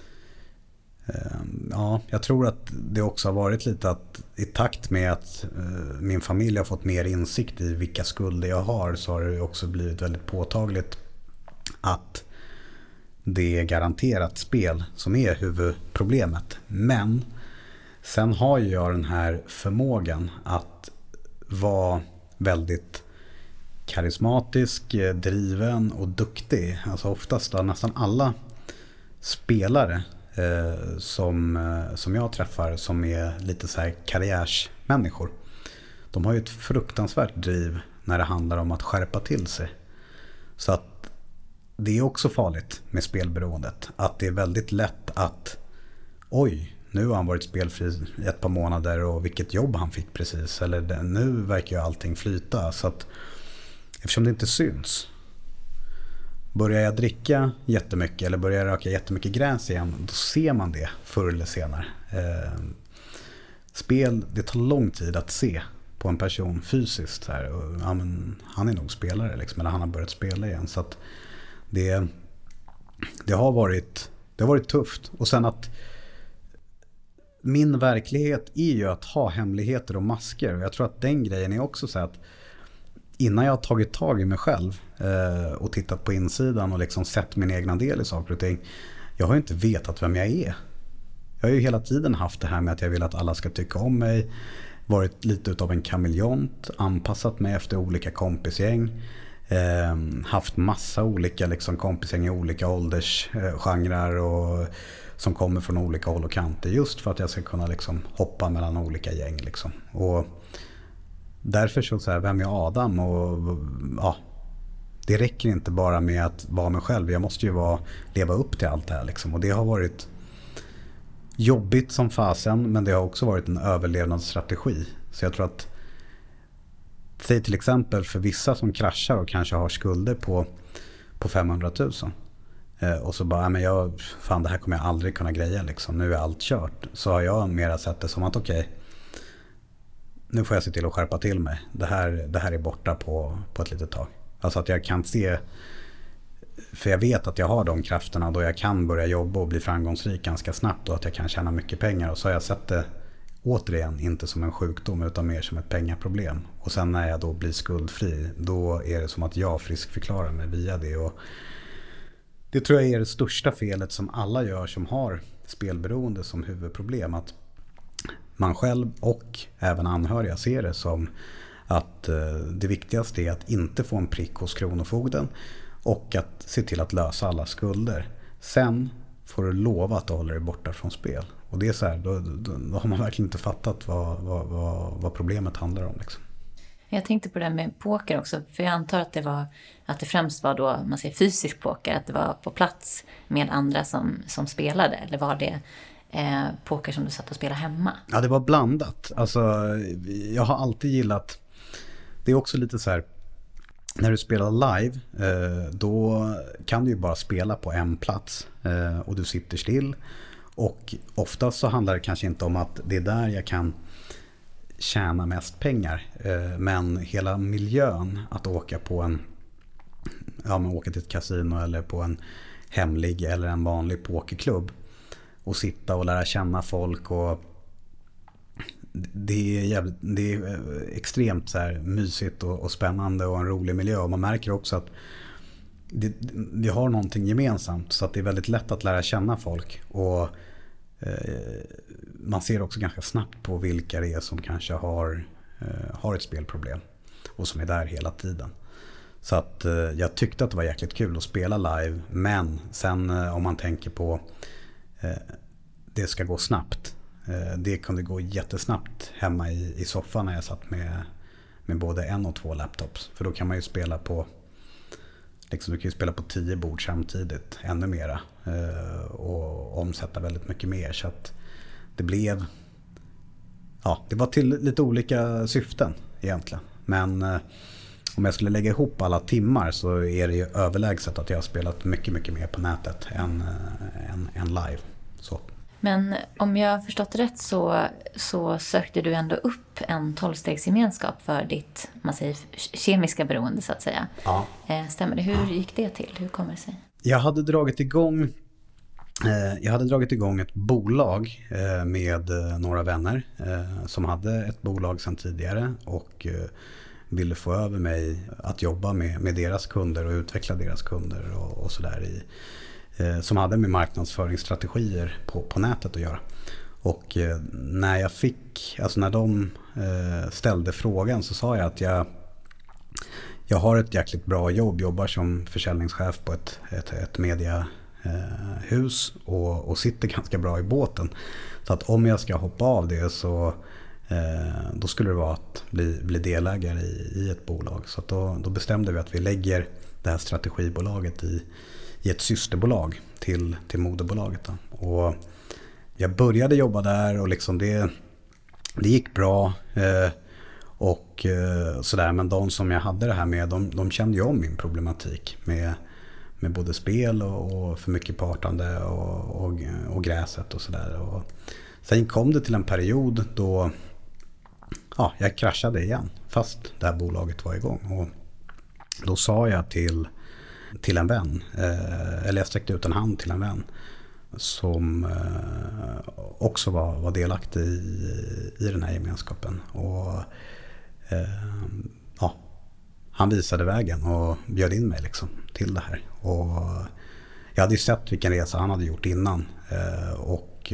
jag tror att det också har varit lite att i takt med att min familj har fått mer insikt i vilka skulder jag har, så har det också blivit väldigt påtagligt att det är garanterat spel som är huvudproblemet. Men sen har jag den här förmågan att vara väldigt karismatisk, driven och duktig. Alltså oftast nästan alla spelare som jag träffar som är lite så här karriärsmänniskor, de har ju ett fruktansvärt driv när det handlar om att skärpa till sig. Så att det är också farligt med spelberoendet, att det är väldigt lätt att nu har han varit spelfri i ett par månader och vilket jobb han fick precis, eller nu verkar ju allting flyta. Så att eftersom det inte syns, börjar jag dricka jättemycket eller börjar jag röka jättemycket gräs igen, då ser man det förr eller senare. Spel, det tar lång tid att se på en person fysiskt. Så här, och, han är nog spelare liksom, eller han har börjat spela igen. Så att det har varit tufft. Och sen att min verklighet är ju att ha hemligheter och masker. Och jag tror att den grejen är också så att innan jag har tagit tag i mig själv och tittat på insidan och liksom sett min egna del i saker och ting, jag har ju inte vetat vem jag är. Jag har ju hela tiden haft det här med att jag vill att alla ska tycka om mig, varit lite utav en kameleont, anpassat mig efter olika kompisgäng, haft massa olika liksom kompisgäng i olika åldersgenrer och som kommer från olika håll och kanter, just för att jag ska kunna liksom hoppa mellan olika gäng liksom. Och därför så här, vem är Adam? Och det räcker inte bara med att vara mig själv. Jag måste ju leva upp till allt det här liksom. Och det har varit jobbigt som fasen, men det har också varit en överlevnadsstrategi. Så jag tror att, säg till exempel för vissa som kraschar och kanske har skulder på 500 000. Och så bara, det här kommer jag aldrig kunna greja liksom. Nu är allt kört. Så har jag mera sett det som att nu får jag se till att skärpa till mig. Det här är borta på ett litet tag. Alltså att jag kan se, för jag vet att jag har de krafterna då jag kan börja jobba och bli framgångsrik ganska snabbt och att jag kan tjäna mycket pengar. Och så har jag sett det återigen inte som en sjukdom utan mer som ett pengaproblem. Och sen när jag då blir skuldfri, då är det som att jag friskförklarar mig via det. Och det tror jag är det största felet som alla gör som har spelberoende som huvudproblem, att man själv och även anhöriga ser det som att det viktigaste är att inte få en prick hos kronofogden och att se till att lösa alla skulder. Sen får du lova att du håller dig borta från spel. Och det är så här, då har man verkligen inte fattat vad problemet handlar om liksom. Jag tänkte på det med poker också, för jag antar att det främst var då, man säger fysisk poker, att det var på plats med andra som spelade, eller var det poker som du satt och spelade hemma? Ja, det var blandat. Alltså, jag har alltid gillat, det är också lite så här, när du spelar live, då kan du ju bara spela på en plats och du sitter still. Och oftast så handlar det kanske inte om att det är där jag kan tjäna mest pengar. Men hela miljön att åka på åka till ett kasino eller på en hemlig eller en vanlig pokerklubb och sitta och lära känna folk, och det är extremt så här mysigt och spännande och en rolig miljö, och man märker också att vi har någonting gemensamt, så att det är väldigt lätt att lära känna folk, och man ser också ganska snabbt på vilka det är som kanske har ett spelproblem och som är där hela tiden. Så att jag tyckte att det var jäkligt kul att spela live, men sen om man tänker på det ska gå snabbt. Det kunde gå jättesnabbt hemma i soffan när jag satt med både 1 och 2 laptops. För då kan man ju spela på, liksom du kan ju spela på 10 bord samtidigt, ännu mera, och omsätta väldigt mycket mer. Så att det blev, det var till lite olika syften egentligen. Men om jag skulle lägga ihop alla timmar så är det ju överlägset att jag har spelat mycket, mycket mer på nätet än live. Så. Men om jag har förstått rätt så sökte du ändå upp en 12-stegsgemenskap för ditt, man säger, kemiska beroende så att säga. Ja. Stämmer det? Hur gick det till? Hur kommer det sig? Jag hade dragit igång ett bolag med några vänner som hade ett bolag sedan tidigare och ville få över mig att jobba med deras kunder och utveckla deras kunder och sådär, som hade med marknadsföringsstrategier på nätet att göra. Och när de ställde frågan så sa jag att jag har ett jäkligt bra jobb, jobbar som försäljningschef på ett mediahus och sitter ganska bra i båten. Så att om jag ska hoppa av det så då skulle det vara att bli delägare i ett bolag. Så att då bestämde vi att vi lägger det här strategibolaget i ett systerbolag till moderbolaget då. Och jag började jobba där och liksom det gick bra och sådär, men de som jag hade det här med, de kände ju om min problematik med både spel och för mycket partande och gräset och sådär. Och sen kom det till en period då jag kraschade igen fast det här bolaget var igång, och då sa jag till en vän, eller jag sträckte ut en hand till en vän som också var delaktig i den här gemenskapen, och han visade vägen och bjöd in mig liksom till det här. Och jag hade ju sett vilken resa han hade gjort innan, och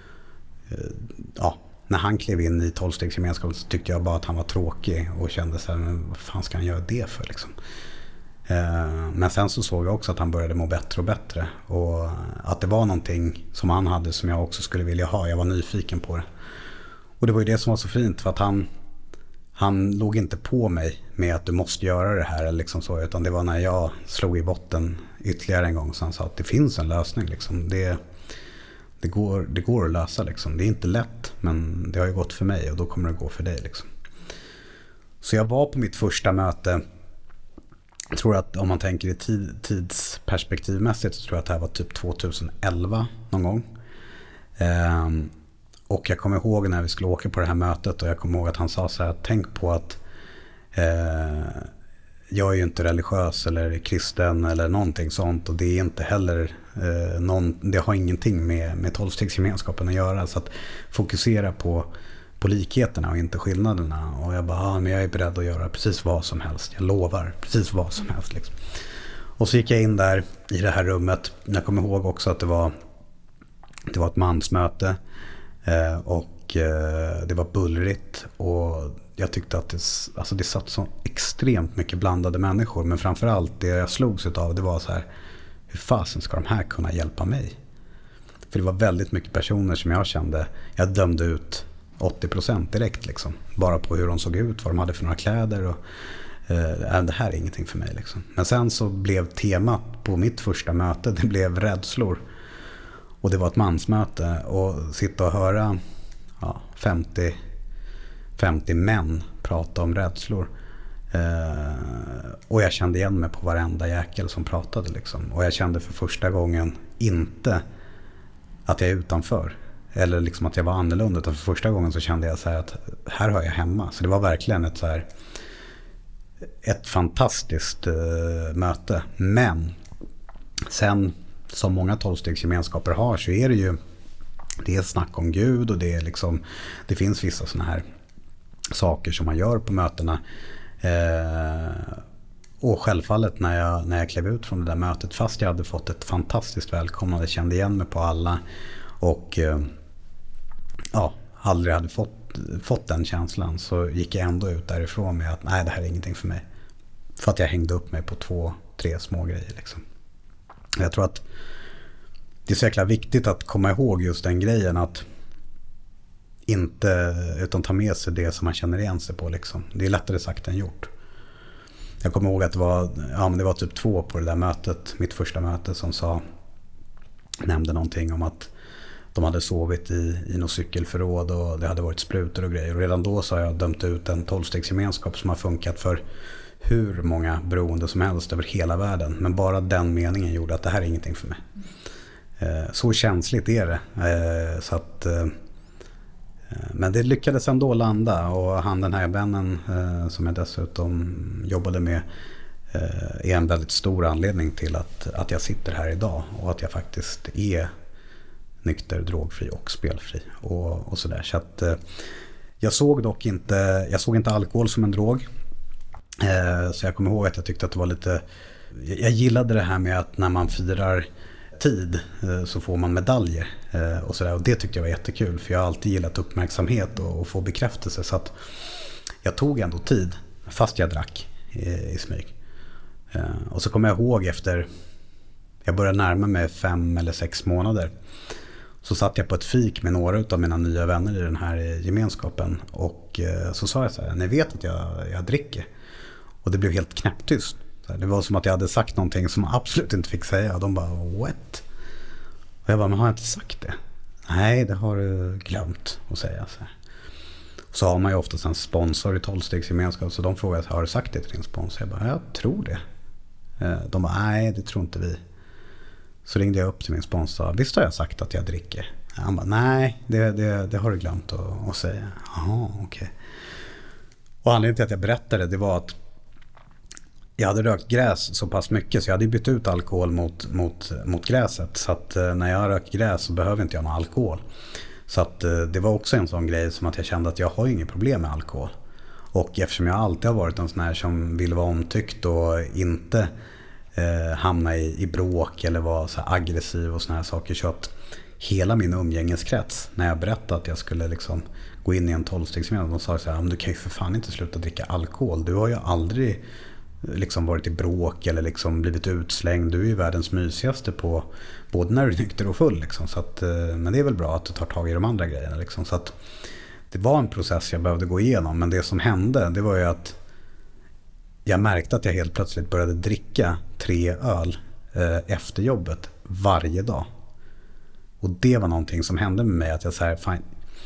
när han klev in i 12-stegsgemenskapen så tyckte jag bara att han var tråkig och kände så här, men vad fan ska han göra det för liksom? Men sen så såg jag också att han började må bättre och bättre, och att det var någonting som han hade som jag också skulle vilja ha. Jag var nyfiken på det, och det var ju det som var så fint, för att han låg inte på mig med att du måste göra det här eller liksom så, utan det var när jag slog i botten ytterligare en gång så han sa att det finns en lösning liksom. Det går att lösa liksom. Det är inte lätt, men det har ju gått för mig och då kommer det gå för dig liksom. Så jag var på mitt första möte. Jag tror att om man tänker i tidsperspektivmässigt så tror jag att det här var typ 2011 någon gång. Och jag kommer ihåg när vi skulle åka på det här mötet, och jag kommer ihåg att han sa så här: tänk på att jag är ju inte religiös eller kristen eller någonting sånt, och det är inte heller det har ingenting med 12-stegsgemenskapen att göra, så att fokusera på likheterna och inte skillnaderna. Och jag bara, men jag är beredd att göra precis vad som helst, jag lovar precis vad som helst liksom. Och så gick jag in där i det här rummet. Jag kommer ihåg också att det var ett mansmöte, och det var bullrigt, och jag tyckte att det satt så extremt mycket blandade människor, men framförallt det jag slogs av, det var så här, hur fasen ska de här kunna hjälpa mig? För det var väldigt mycket personer som jag kände, jag dömde ut 80% direkt liksom. Bara på hur de såg ut, vad de hade för några kläder och det här är ingenting för mig liksom. Men sen så blev temat på mitt första möte, det blev rädslor. Och det var ett mansmöte och sitta och höra 50 män prata om rädslor. Och jag kände igen mig på varenda jäkel som pratade liksom. Och jag kände för första gången inte att jag är utanför. Eller liksom att jag var annorlunda. Utan för första gången så kände jag så här att här hör jag hemma. Så det var verkligen ett fantastiskt möte. Men sen som många 12-stegsgemenskaper har så är det är snack om Gud och det är liksom, det finns vissa såna här saker som man gör på mötena. Och självfallet när jag klev ut från det där mötet, fast jag hade fått ett fantastiskt välkomnande, kände igen mig på alla och aldrig hade fått den känslan, så gick jag ändå ut därifrån med att nej, det här är ingenting för mig. För att jag hängde upp mig på 2-3 små grejer liksom. Jag tror att det är så jäkla viktigt att komma ihåg just den grejen, att inte utan ta med sig det som man känner igen sig på liksom. Det är lättare sagt än gjort. Jag kommer ihåg att det var typ 2 på det där mötet, mitt första möte, som nämnde någonting om att de hade sovit i något cykelförråd och det hade varit sprutor och grejer. Och redan då så har jag dömt ut en 12-stegsgemenskap som har funkat för hur många beroende som helst över hela världen. Men bara den meningen gjorde att det här är ingenting för mig. Så känsligt är det. Men det lyckades ändå landa, och han, den här vännen som jag dessutom jobbade med, är en väldigt stor anledning till att jag sitter här idag och att jag faktiskt är nykter, drogfri och spelfri och sådär. Så att jag såg inte alkohol som en drog. Så jag kommer ihåg att jag tyckte att det var lite, jag gillade det här med att när man firar tid så får man medaljer och sådär, och det tyckte jag var jättekul, för jag har alltid gillat uppmärksamhet och få bekräftelse, så att jag tog ändå tid fast jag drack i smyg. Och så kommer jag ihåg efter jag började närma mig 5 eller 6 månader, så satt jag på ett fik med några av mina nya vänner i den här gemenskapen, och så sa jag så här: ni vet att jag dricker? Och det blev helt knäpptyst. Det var som att jag hade sagt någonting som jag absolut inte fick säga. Och de bara, what? Och jag bara, men har jag inte sagt det? Nej, det har du glömt att säga. Så har man ju oftast en sponsor i 12-stegsgemenskap, så de frågar, har du sagt det till din sponsor? Jag bara, jag tror det. De bara, nej, det tror inte vi. Så ringde jag upp till min sponsor. Visst har jag sagt att jag dricker? Han bara, nej, det har du glömt att säga. Jaha, okej. Och anledningen till att jag berättade det var att jag hade rökt gräs så pass mycket, så jag hade bytt ut alkohol mot gräset. Så att när jag rökt gräs så behöver inte jag någon alkohol. Så att det var också en sån grej som att jag kände att jag har inget problem med alkohol. Och eftersom jag alltid har varit en sån här som vill vara omtyckt och inte hamna i bråk eller vara så aggressiv och såna här saker, så att hela min umgängeskrets, när jag berättade att jag skulle liksom gå in i en 12-stegsgemenskap, de sa så här: men du kan ju för fan inte sluta dricka alkohol. Du har ju aldrig liksom varit i bråk eller liksom blivit utslängd. Du är ju världens mysigaste på både när du är nykter och full liksom. Så att, men det är väl bra att du tar tag i de andra grejerna liksom. Så att det var en process jag behövde gå igenom. Men det som hände, det var ju att jag märkte att jag helt plötsligt började dricka 3 öl efter jobbet varje dag. Och det var någonting som hände med mig, att jag så fan,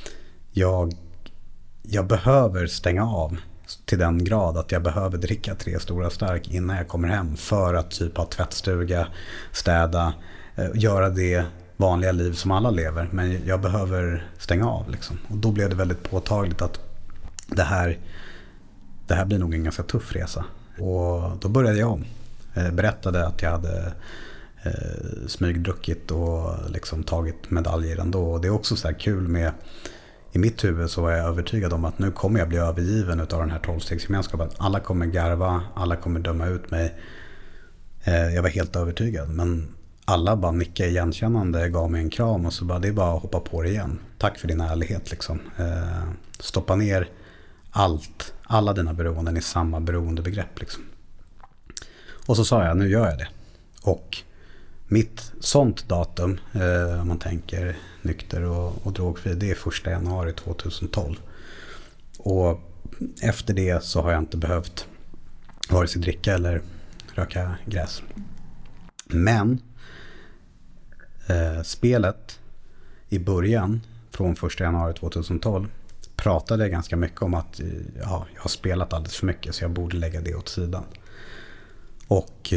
jag behöver stänga av till den grad att jag behöver dricka 3 stora stark innan jag kommer hem, för att typ ha tvättstuga, städa, göra det vanliga liv som alla lever. Men jag behöver stänga av liksom. Och då blev det väldigt påtagligt att det här blir nog en ganska tuff resa. Och då började jag om. Berättade att jag hade smygdruckit och liksom tagit medaljer ändå. Och det är också så här kul med, i mitt huvud så var jag övertygad om att nu kommer jag bli övergiven av den här 12-stegsgemenskapen. Alla kommer garva, alla kommer döma ut mig. Jag var helt övertygad, men alla bara nickade igenkännande, gav mig en kram och så bara, det är bara att hoppa på det igen. Tack för din ärlighet liksom. Stoppa ner alla dina beroenden i samma beroendebegrepp liksom. Och så sa jag, nu gör jag det. Och mitt sånt datum, om man tänker nykter och drogfri, det är 1 januari 2012. Och efter det så har jag inte behövt vare sig dricka eller röka gräs. Men spelet i början, från 1 januari 2012, pratade jag ganska mycket om att jag har spelat alldeles för mycket så jag borde lägga det åt sidan. Och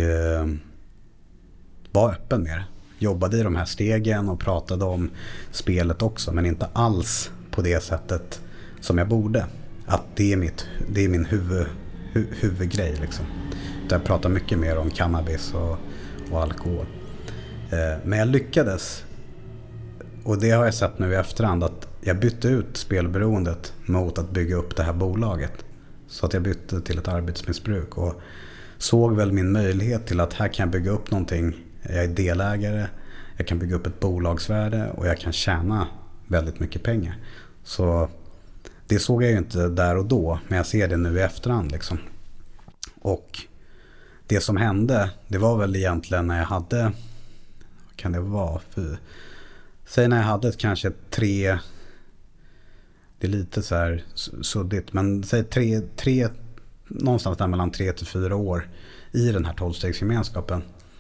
var öppen med det. Jobbade i de här stegen och pratade om spelet också, men inte alls på det sättet som jag borde. Att det är min huvudgrej liksom. Jag pratar mycket mer om cannabis och alkohol. Men jag lyckades, och det har jag sett nu i efterhand, att jag bytte ut spelberoendet mot att bygga upp det här bolaget. Så att jag bytte till ett arbetsmissbruk och såg väl min möjlighet till att här kan jag bygga upp någonting. Jag är delägare, jag kan bygga upp ett bolagsvärde och jag kan tjäna väldigt mycket pengar. Så det såg jag ju inte där och då, men jag ser det nu i efterhand liksom. Och det som hände, det var väl egentligen när jag hade, vad kan det vara, säg när jag hade kanske 3, det är lite så här suddigt, men säg 3 någonstans där mellan 3 till 4 år i den här 12-stegsgemenskapen.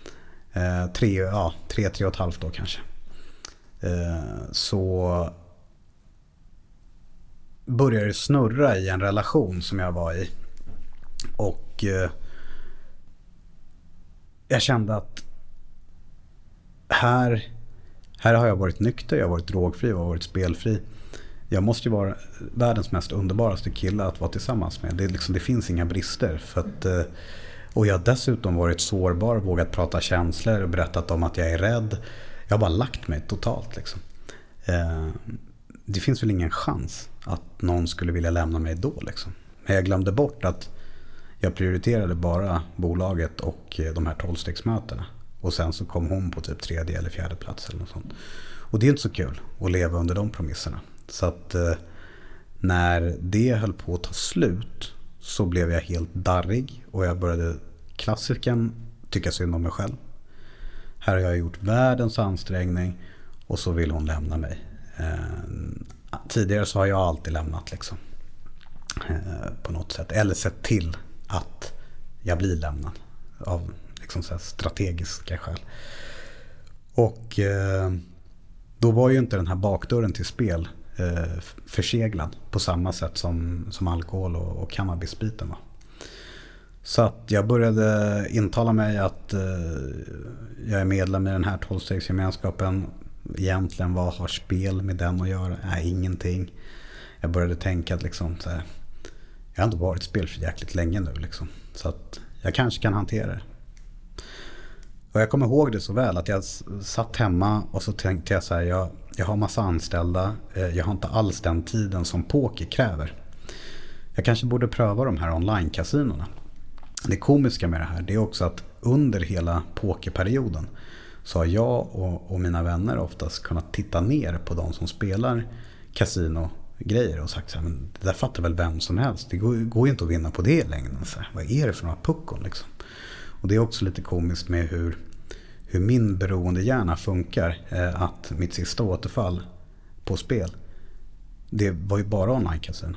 3,5 då kanske. Så började det snurra i en relation som jag var i. Och jag kände att här har jag varit nykter, jag har varit drogfri, jag har varit spelfri. Jag måste ju vara världens mest underbaraste kille att vara tillsammans med. Det finns inga brister. För att, och jag har dessutom varit sårbar, vågat prata känslor och berättat om att jag är rädd. Jag har bara lagt mig totalt liksom. Det finns väl ingen chans att någon skulle vilja lämna mig då liksom. Men jag glömde bort att jag prioriterade bara bolaget och de här 12-stegsmötena. Och sen så kom hon på typ 3:e eller 4:e plats eller något sånt. Och det är inte så kul att leva under de premisserna. Så att när det höll på att ta slut så blev jag helt darrig. Och jag började klassiken tycka synd om mig själv. Här har jag gjort världens ansträngning och så vill hon lämna mig. Tidigare så har jag alltid lämnat liksom. På något sätt. Eller sett till att jag blir lämnad av liksom så här strategiska skäl. Och då var ju inte den här bakdörren till spel förseglad på samma sätt som alkohol och cannabisbiten var. Så att jag började intala mig att jag är medlem i den här 12-stegsgemenskapen. Egentligen vad har spel med den att göra? Nej, ingenting. Jag började tänka att liksom, så här, jag har inte varit spelfri jäkligt länge nu liksom. Så att jag kanske kan hantera det. Och jag kommer ihåg det så väl att jag satt hemma och så tänkte jag så här, jag har massa anställda, jag har inte alls den tiden som poker kräver. Jag kanske borde pröva de här online-kasinorna. Det komiska med det här, det är också att under hela pokerperioden så har jag och mina vänner oftast kunnat titta ner på de som spelar kasinogrejer och sagt så här, men det där fattar väl vem som helst. Det går ju inte att vinna på det längre. Så här, vad är det för några puckon liksom? Och det är också lite komiskt med hur min beroendehjärna funkar. Att mitt sista återfall på spel, det var ju bara online-kasino.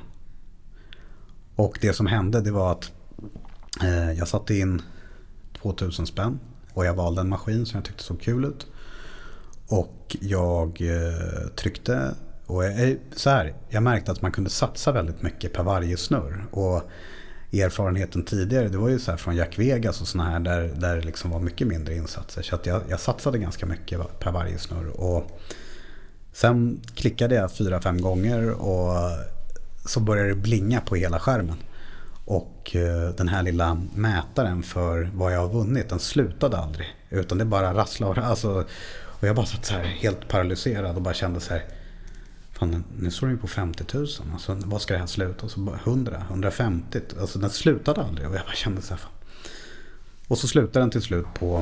Och det som hände, det var att jag satte in 2000 spänn och jag valde en maskin som jag tyckte såg kul ut. Och jag tryckte, och jag märkte att man kunde satsa väldigt mycket per varje snurr. Och erfarenheten tidigare, det var ju så här från Jack Vegas och såna här där det liksom var mycket mindre insatser. Så att jag satsade ganska mycket per varje snurr. Och sen klickade jag 4-5 gånger och så började det blinga på hela skärmen. Och den här lilla mätaren för vad jag har vunnit, den slutade aldrig. Utan det bara rasslade. Alltså, och jag bara satt så här helt paralyserad och bara kände så här, fan, nu står det ju på 50 000. Alltså, vad ska det här sluta? Och så bara 100, 150. Alltså den slutade aldrig. Och jag bara kände så här, fan. Och så slutade den till slut på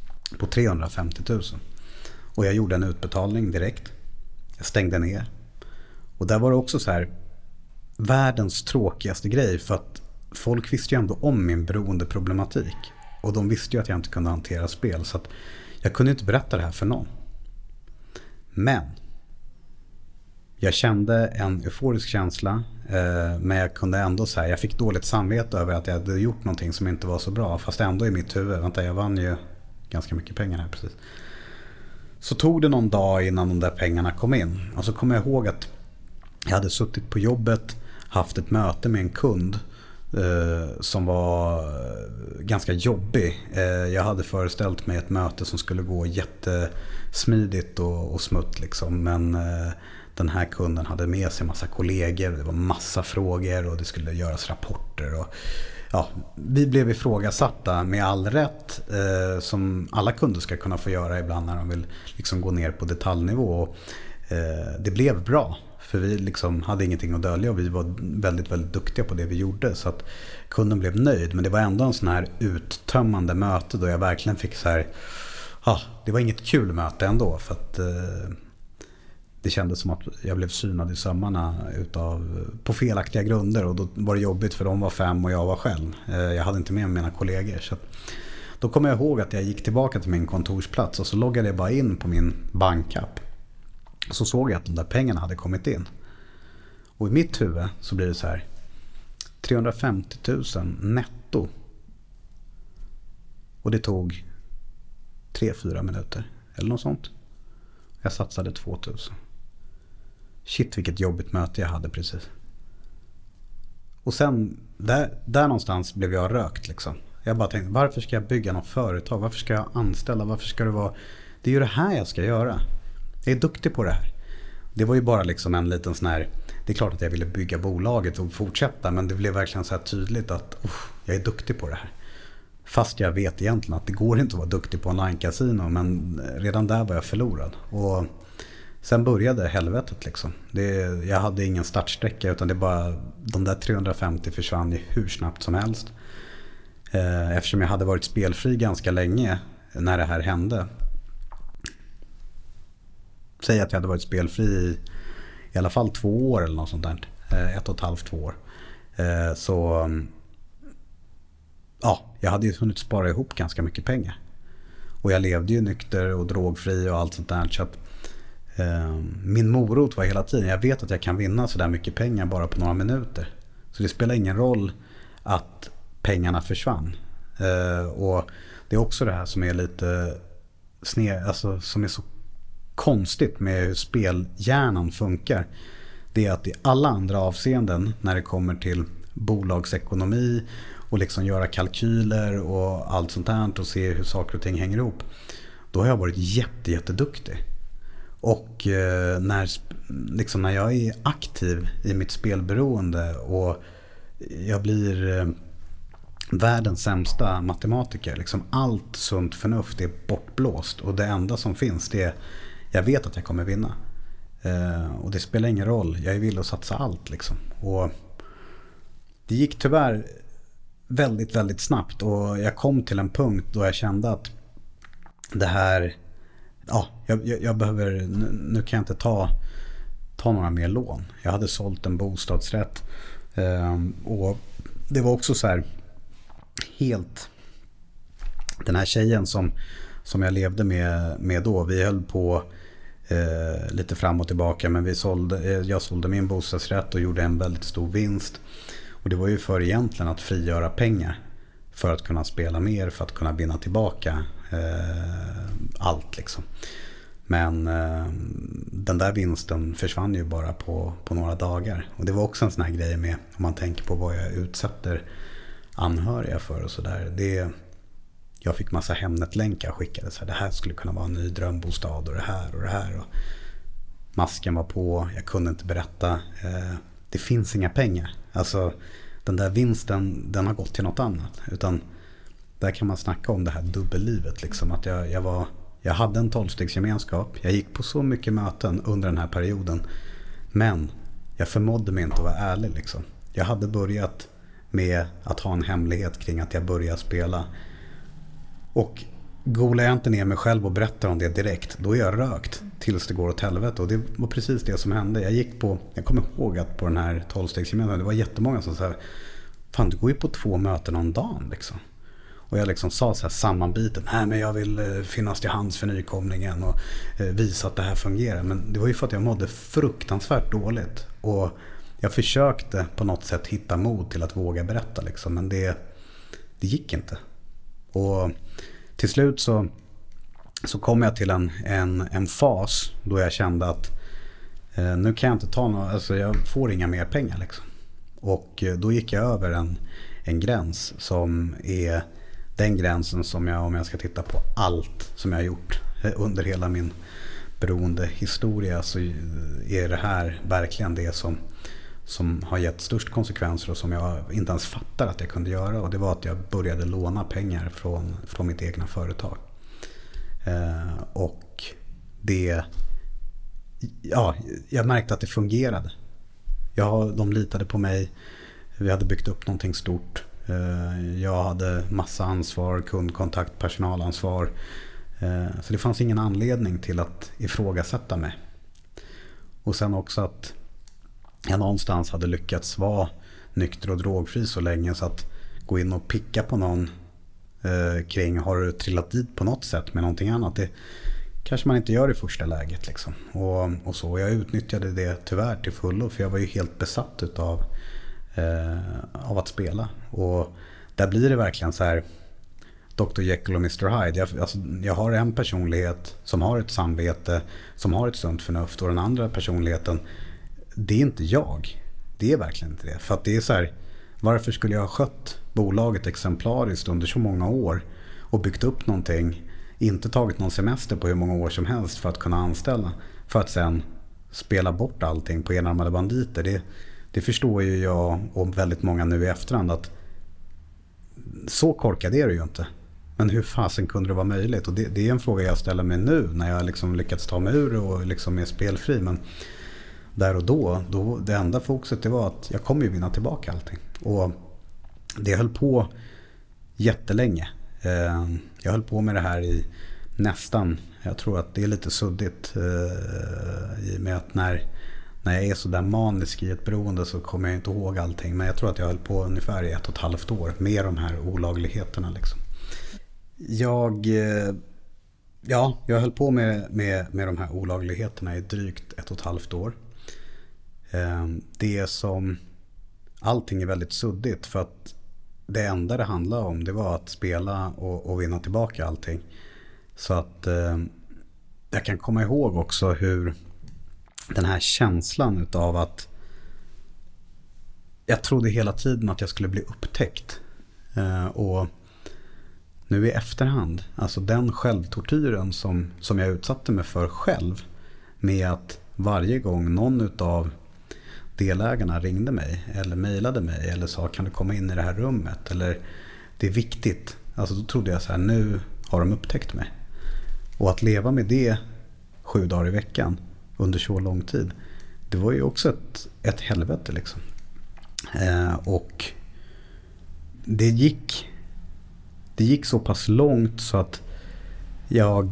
350 000. Och jag gjorde en utbetalning direkt. Jag stängde ner. Och där var det också så här, världens tråkigaste grej. För att folk visste ju ändå om min beroendeproblematik. Och de visste ju att jag inte kunde hantera spel. Så att jag kunde inte berätta det här för någon. Men jag kände en euforisk känsla, men jag kunde ändå säga, jag fick dåligt samvete över att jag hade gjort någonting som inte var så bra, fast ändå i mitt huvud, vänta, jag vann ju ganska mycket pengar här precis. Så tog det någon dag innan de där pengarna kom in, och så kommer jag ihåg att jag hade suttit på jobbet, haft ett möte med en kund som var ganska jobbig. Jag hade föreställt mig ett möte som skulle gå jättesmidigt och smutt liksom, men den här kunden hade med sig massa kollegor, det var massa frågor och det skulle göras rapporter och ja, vi blev ifrågasatta med all rätt, som alla kunder ska kunna få göra ibland när de vill liksom gå ner på detaljnivå. Och det blev bra, för vi liksom hade ingenting att dölja och vi var väldigt, väldigt duktiga på det vi gjorde, så att kunden blev nöjd. Men det var ändå en sån här uttömmande möte då jag verkligen fick så här, det var inget kul möte ändå, för att det kändes som att jag blev synad i sömmarna på felaktiga grunder, och då var det jobbigt för de var 5 och jag var själv. Jag hade inte med mina kollegor, så att då kommer jag ihåg att jag gick tillbaka till min kontorsplats och så loggade jag bara in på min bankapp. Så såg jag att de där pengarna hade kommit in. Och i mitt huvud så blir det så här 350 000 netto. Och det tog 3-4 minuter eller något sånt. Jag satsade 2000. Shit, vilket jobbigt möte jag hade precis. Och sen där någonstans blev jag rökt liksom. Jag bara tänkte, varför ska jag bygga något företag? Varför ska jag anställa? Varför ska det vara... Det är ju det här jag ska göra. Jag är duktig på det här. Det var ju bara liksom en liten sån här... Det är klart att jag ville bygga bolaget och fortsätta, men det blev verkligen så här tydligt att jag är duktig på det här. Fast jag vet egentligen att det går inte att vara duktig på online-casino, men redan där var jag förlorad. Och sen började helvetet liksom. Jag hade ingen startsträcka, utan det bara... De där 350 försvann ju hur snabbt som helst. Eftersom jag hade varit spelfri ganska länge när det här hände. Säg att jag hade varit spelfri i alla fall 2 år eller något sånt där. 1,5-2 år. Så ja, jag hade ju hunnit spara ihop ganska mycket pengar. Och jag levde ju nykter och drogfri och allt sånt där. Så att min morot var hela tiden, jag vet att jag kan vinna så där mycket pengar bara på några minuter. Så det spelar ingen roll att pengarna försvann. Och det är också det här som är lite alltså som är så konstigt med hur spelhjärnan funkar. Det är att i alla andra avseenden, när det kommer till bolagsekonomi och liksom göra kalkyler och allt sånt här och se hur saker och ting hänger ihop, då har jag varit jätteduktig. Och när jag är aktiv i mitt spelberoende och jag blir världens sämsta matematiker, liksom allt sunt förnuft är bortblåst, och det enda som finns det är, jag vet att jag kommer vinna, och det spelar ingen roll, jag är villig att satsa allt liksom. Och det gick tyvärr väldigt, väldigt snabbt, och jag kom till en punkt då jag kände att det här, jag behöver, nu kan jag inte ta några mer lån. Jag hade sålt en bostadsrätt, och det var också så här helt, den här tjejen som jag levde med då, vi höll på lite fram och tillbaka, men jag sålde min bostadsrätt och gjorde en väldigt stor vinst, och det var ju för egentligen att frigöra pengar för att kunna spela mer, för att kunna vinna tillbaka allt liksom. Men den där vinsten försvann ju bara på några dagar, och det var också en sån här grej med, om man tänker på vad jag utsätter anhöriga för och sådär. Jag fick massa Hemnet-länkar skickade så här, det här skulle kunna vara en ny drömbostad och det här och masken var på, jag kunde inte berätta, det finns inga pengar, alltså den där vinsten, den har gått till något annat, utan där kan man snacka om det här dubbellivet liksom, att jag hade en 12-stegsgemenskap, jag gick på så mycket möten under den här perioden, men jag förmådde mig inte att vara ärlig liksom. Jag hade börjat med att ha en hemlighet kring att jag började spela, och golar jag inte ner mig själv och berättar om det direkt, då är jag rökt tills det går åt helvete. Och det var precis det som hände. Jag kommer ihåg att på den här 12-stegsgemenskapen, det var jättemånga som sa, fan, du går ju på 2 möten om dagen liksom. Och jag liksom sa så här sammanbitet, nej men jag vill finnas till hands för nykomlingen och visa att det här fungerar. Men det var ju för att jag mådde fruktansvärt dåligt. Och jag försökte på något sätt hitta mod till att våga berätta liksom, men det gick inte. Och till slut så kom jag till en fas då jag kände att nu kan jag inte ta något, alltså jag får inga mer pengar liksom. Och då gick jag över en gräns som är den gränsen som jag, om jag ska titta på allt som jag har gjort under hela min beroendehistoria, så är det här verkligen det som har gett störst konsekvenser och som jag inte ens fattar att jag kunde göra. Och det var att jag började låna pengar från mitt egna företag. Och jag märkte att det fungerade. De litade på mig. Vi hade byggt upp någonting stort. Jag hade massa ansvar, kundkontakt, personalansvar. Så det fanns ingen anledning till att ifrågasätta mig. Och sen också att jag någonstans hade lyckats vara nykter och drogfri så länge, så att gå in och picka på någon kring, har du trillat dit på något sätt med någonting annat, det kanske man inte gör i första läget liksom. Och så jag utnyttjade det tyvärr till fullo, för jag var ju helt besatt av att spela. Och där blir det verkligen så här Dr. Jekyll och Mr. Hyde. Jag har en personlighet som har ett samvete, som har ett sunt förnuft, och den andra personligheten, det är inte jag. Det är verkligen inte det. För att det är så här, varför skulle jag ha skött bolaget exemplariskt under så många år och byggt upp någonting, inte tagit någon semester på hur många år som helst för att kunna anställa, för att sen spela bort allting på enarmade banditer. Det förstår ju jag och väldigt många nu i efterhand, att så korkad är det ju inte. Men hur fasen kunde det vara möjligt? Och det är en fråga jag ställer mig nu när jag liksom lyckats ta mig ur och liksom är spelfri. Men där och då det enda fokuset, det var att jag kommer ju vinna tillbaka allting. Och det höll på jättelänge. Jag höll på med det här i nästan, jag tror att det är lite suddigt i och med att när jag är så där manisk i ett beroende så kommer jag inte ihåg allting. Men jag tror att jag höll på ungefär i 1,5 år med de här olagligheterna liksom. Jag höll på med de här olagligheterna i drygt 1,5 år. Det som allting är väldigt suddigt, för att det enda det handlade om, det var att spela och vinna tillbaka allting. Så att jag kan komma ihåg också hur den här känslan utav att jag trodde hela tiden att jag skulle bli upptäckt. Och nu i efterhand, alltså den självtortyren som jag utsatte mig för själv, med att varje gång någon utav delägarna ringde mig eller mejlade mig eller sa, kan du komma in i det här rummet, eller det är viktigt, alltså då trodde jag så här, nu har de upptäckt mig. Och att leva med det 7 dagar i veckan under så lång tid, det var ju också ett helvete liksom. Och det gick så pass långt så att jag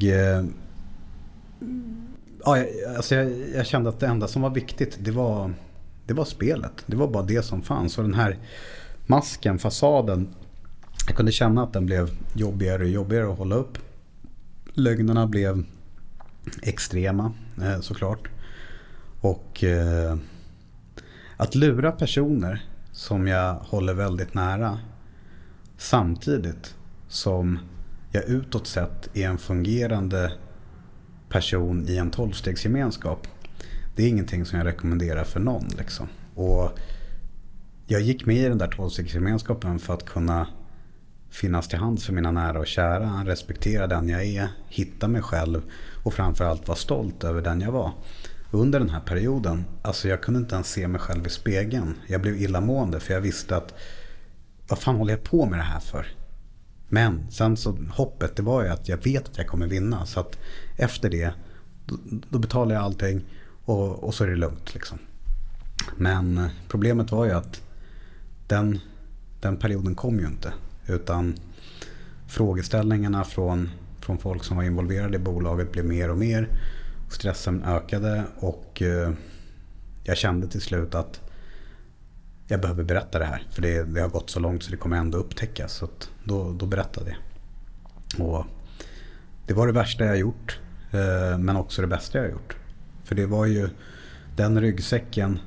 kände att det enda som var viktigt, det var spelet. Det var bara det som fanns. Och den här masken, fasaden, jag kunde känna att den blev jobbigare och jobbigare att hålla upp. Lögnerna blev extrema, såklart. Och att lura personer som jag håller väldigt nära, samtidigt som jag utåt sett är en fungerande person i en 12-stegsgemenskap, det är ingenting som jag rekommenderar för någon liksom. Och jag gick med i den där 12-stegsgemenskapen för att kunna finnas till hands för mina nära och kära, respektera den jag är, hitta mig själv och framförallt vara stolt över den jag var. Under den här perioden, alltså jag kunde inte ens se mig själv i spegeln. Jag blev illamående för jag visste att vad fan håller jag på med det här för? Men sen så hoppet, det var ju att jag vet att jag kommer vinna, så att efter det då betalar jag allting och så är det lugnt liksom. Men problemet var ju att den perioden kom ju inte, utan frågeställningarna från folk som var involverade i bolaget blev mer och mer. Stressen ökade och jag kände till slut att jag behöver berätta det här. För det har gått så långt så det kommer ändå upptäckas. Så att då berättade jag. Och det var det värsta jag gjort. Men också det bästa jag gjort. För det var ju, den ryggsäcken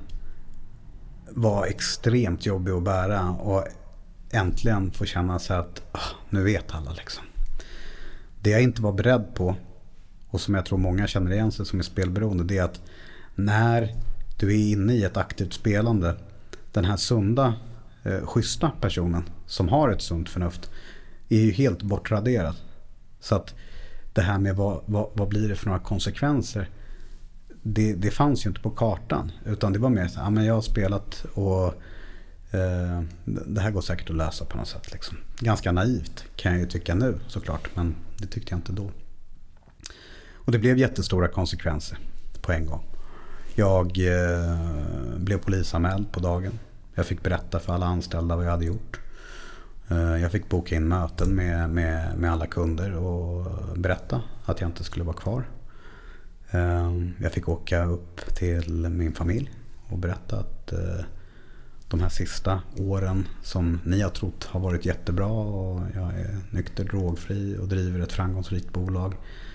var extremt jobbig att bära. Och äntligen få känna sig att nu vet alla liksom. Det jag inte var beredd på, och som jag tror många känner igen sig som är spelberoende, det är att när du är inne i ett aktivt spelande, den här sunda, schyssta personen som har ett sunt förnuft är ju helt bortraderad. Så att det här med vad blir det för några konsekvenser, det fanns ju inte på kartan, utan det var mer så men jag har spelat och det här går säkert att lösa på något sätt liksom. Ganska naivt kan jag ju tycka nu såklart, men det tyckte jag inte då. Och det blev jättestora konsekvenser på en gång. Jag blev polisanmäld på dagen. Jag fick berätta för alla anställda vad jag hade gjort. Jag fick boka in möten med alla kunder och berätta att jag inte skulle vara kvar. Jag fick åka upp till min familj och berätta att de här sista åren som ni har trott har varit jättebra och jag är nykter, drogfri och driver ett framgångsrikt bolag.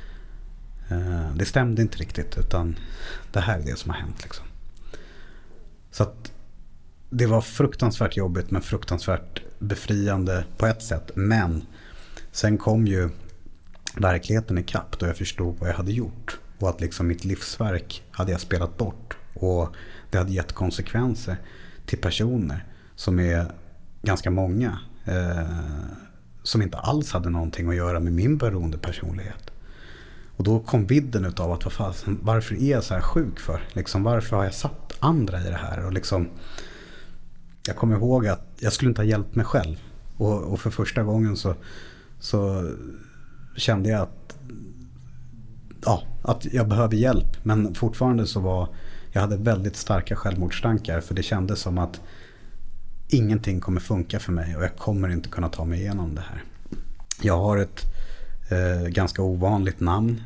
Det stämde inte riktigt, utan det här är det som har hänt liksom. Så att det var fruktansvärt jobbigt men fruktansvärt befriande på ett sätt. Men sen kom ju verkligheten i kapp då jag förstod vad jag hade gjort. Och att liksom mitt livsverk hade jag spelat bort. Och det hade gett konsekvenser till personer som är ganska många. Som inte alls hade någonting att göra med min beroende personlighet. Och då kom vidden utav att varför är jag så här sjuk för? Liksom, varför har jag satt andra i det här? Och liksom, jag kommer ihåg att jag skulle inte ha hjälpt mig själv. Och för första gången så kände jag att jag behöver hjälp. Men fortfarande jag hade väldigt starka självmordstankar. För det kändes som att ingenting kommer funka för mig. Och jag kommer inte kunna ta mig igenom det här. Jag har ett ganska ovanligt namn.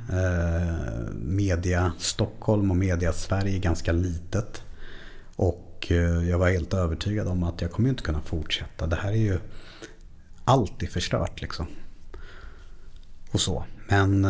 Media Stockholm och Media Sverige är ganska litet. Och jag var helt övertygad om att jag kommer inte kunna fortsätta. Det här är ju alltid förstört liksom. Och så. Men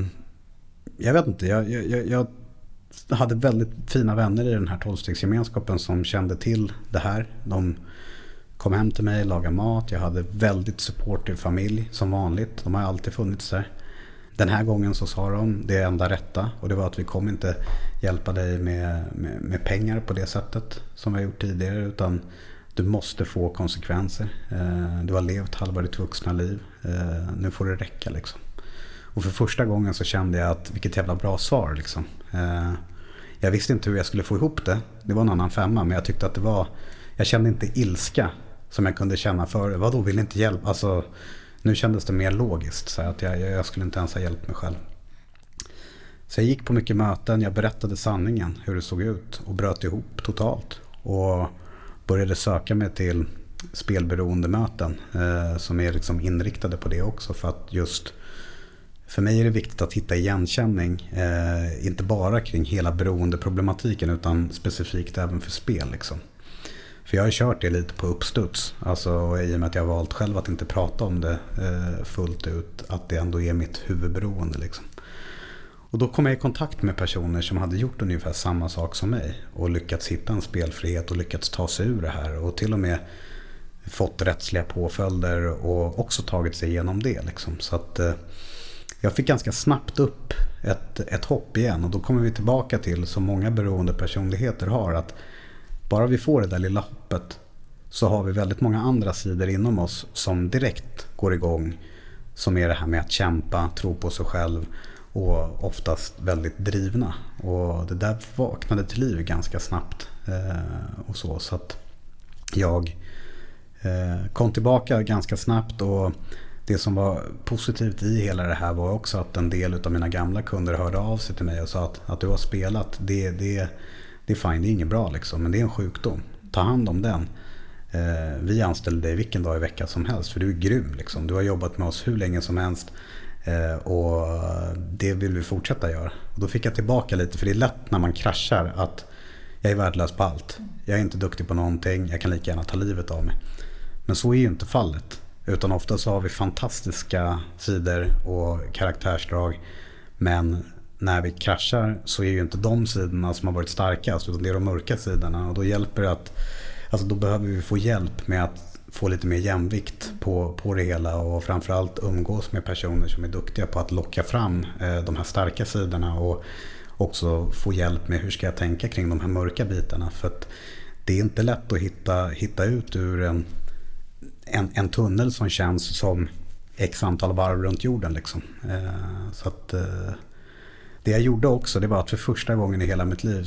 jag vet inte. Jag hade väldigt fina vänner i den här 12-stegsgemenskapen som kände till det här. De kom hem till mig, lagade mat. Jag hade väldigt supportive familj som vanligt. De har alltid funnits där. Den här gången så sa de det enda rätta. Och det var att vi kommer inte hjälpa dig med pengar på det sättet som vi har gjort tidigare. Utan du måste få konsekvenser. Du har levt halva ditt vuxna liv. Nu får det räcka liksom. Och för första gången så kände jag att vilket jävla bra svar liksom. Jag visste inte hur jag skulle få ihop det. Det var en annan femma, men jag tyckte att jag kände inte ilska som jag kunde känna för. Vadå, vill inte hjälpa? Alltså, nu kändes det mer logiskt så att jag skulle inte ens ha hjälpt mig själv. Så jag gick på mycket möten, jag berättade sanningen, hur det såg ut och bröt ihop totalt. Och började söka mig till spelberoendemöten som är liksom inriktade på det också, för att just för mig är det viktigt att hitta igenkänning, inte bara kring hela beroendeproblematiken utan specifikt även för spel liksom. För jag har kört det lite på uppstuds, alltså i och med att jag har valt själv att inte prata om det fullt ut, att det ändå är mitt huvudberoende liksom. Och då kom jag i kontakt med personer som hade gjort ungefär samma sak som mig och lyckats hitta en spelfrihet och lyckats ta sig ur det här och till och med fått rättsliga påföljder och också tagit sig igenom det liksom. Så att jag fick ganska snabbt upp ett hopp igen, och då kommer vi tillbaka till som många beroende personligheter har, att bara vi får det där lilla hoppet så har vi väldigt många andra sidor inom oss som direkt går igång, som är det här med att kämpa, tro på sig själv och oftast väldigt drivna, och det där vaknade till liv ganska snabbt och så att jag kom tillbaka ganska snabbt. Och det som var positivt i hela det här var också att en del av mina gamla kunder hörde av sig till mig och sa att du har spelat, det är fine, det är inget bra liksom, men det är en sjukdom, ta hand om den. Vi anställer dig vilken dag i veckan som helst, för du är grym liksom. Du har jobbat med oss hur länge som helst och det vill vi fortsätta göra. Och då fick jag tillbaka lite, för det är lätt när man kraschar att jag är värdelös på allt. Jag är inte duktig på någonting, jag kan lika gärna ta livet av mig. Men så är ju inte fallet. Utan ofta så har vi fantastiska sidor och karaktärsdrag. Men när vi kraschar så är ju inte de sidorna som har varit starkast, utan det är de mörka sidorna. Och då hjälper det att, alltså då behöver vi få hjälp med att få lite mer jämvikt på det hela. Och framförallt umgås med personer som är duktiga på att locka fram de här starka sidorna. Och också få hjälp med hur ska jag tänka kring de här mörka bitarna. För att det är inte lätt att hitta ut ur en tunnel som känns som x antal varv runt jorden liksom. Så att det jag gjorde också, det var att för första gången i hela mitt liv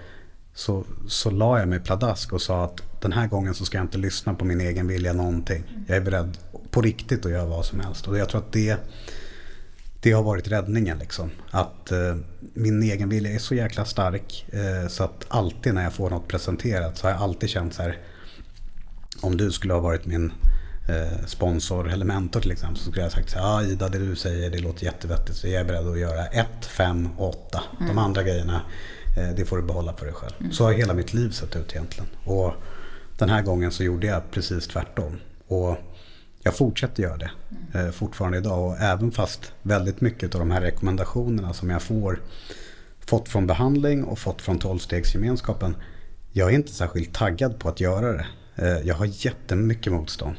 så la jag mig pladask och sa att den här gången så ska jag inte lyssna på min egen vilja någonting. Jag är beredd på riktigt att göra vad som helst. Och jag tror att det har varit räddningen liksom. Att min egen vilja är så jäkla stark så att alltid när jag får något presenterat så har jag alltid känt så här, om du skulle ha varit min sponsor eller mentor till exempel, så skulle jag ha sagt så här, Ida, det du säger det låter jättevettigt, så jag är beredd att göra 1, 5, 8. De andra grejerna det får du behålla för dig själv. Så har hela mitt liv sett ut egentligen. Och den här gången så gjorde jag precis tvärtom. Och jag fortsätter göra det fortfarande idag. Och även fast väldigt mycket av de här rekommendationerna som jag fått från behandling och fått från 12-stegsgemenskapen, jag är inte särskilt taggad på att göra det. Jag har jättemycket motstånd.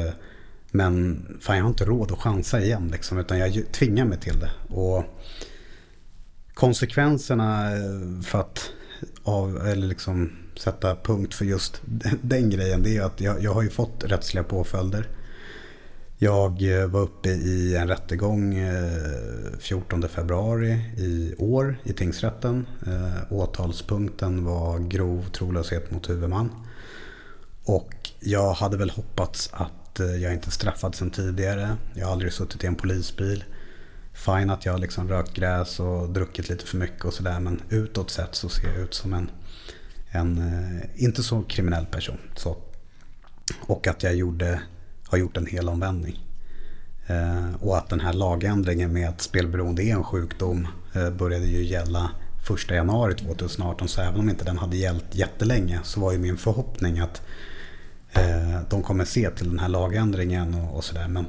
Men fan, jag har inte råd att chansa igen liksom, utan jag tvingar mig till det. Och konsekvenserna för att eller liksom sätta punkt för just den grejen, det är att jag har ju fått rättsliga påföljder. Jag var uppe i en rättegång 14 februari i år i tingsrätten. Åtalspunkten var grov trolöshet mot huvudman. Och jag hade väl hoppats att jag inte straffat sedan tidigare. Jag har aldrig suttit i en polisbil. Fine att jag liksom rökt gräs och druckit lite för mycket och sådär. Men utåt sett så ser jag ut som en inte så kriminell person. Så. Och att jag har gjort en hel omvändning. Och att den här lagändringen med att spelberoende är en sjukdom började ju gälla 1 januari 2018. Så även om inte den hade gällt jättelänge så var ju min förhoppning att de kommer se till den här lagändringen och sådär. Men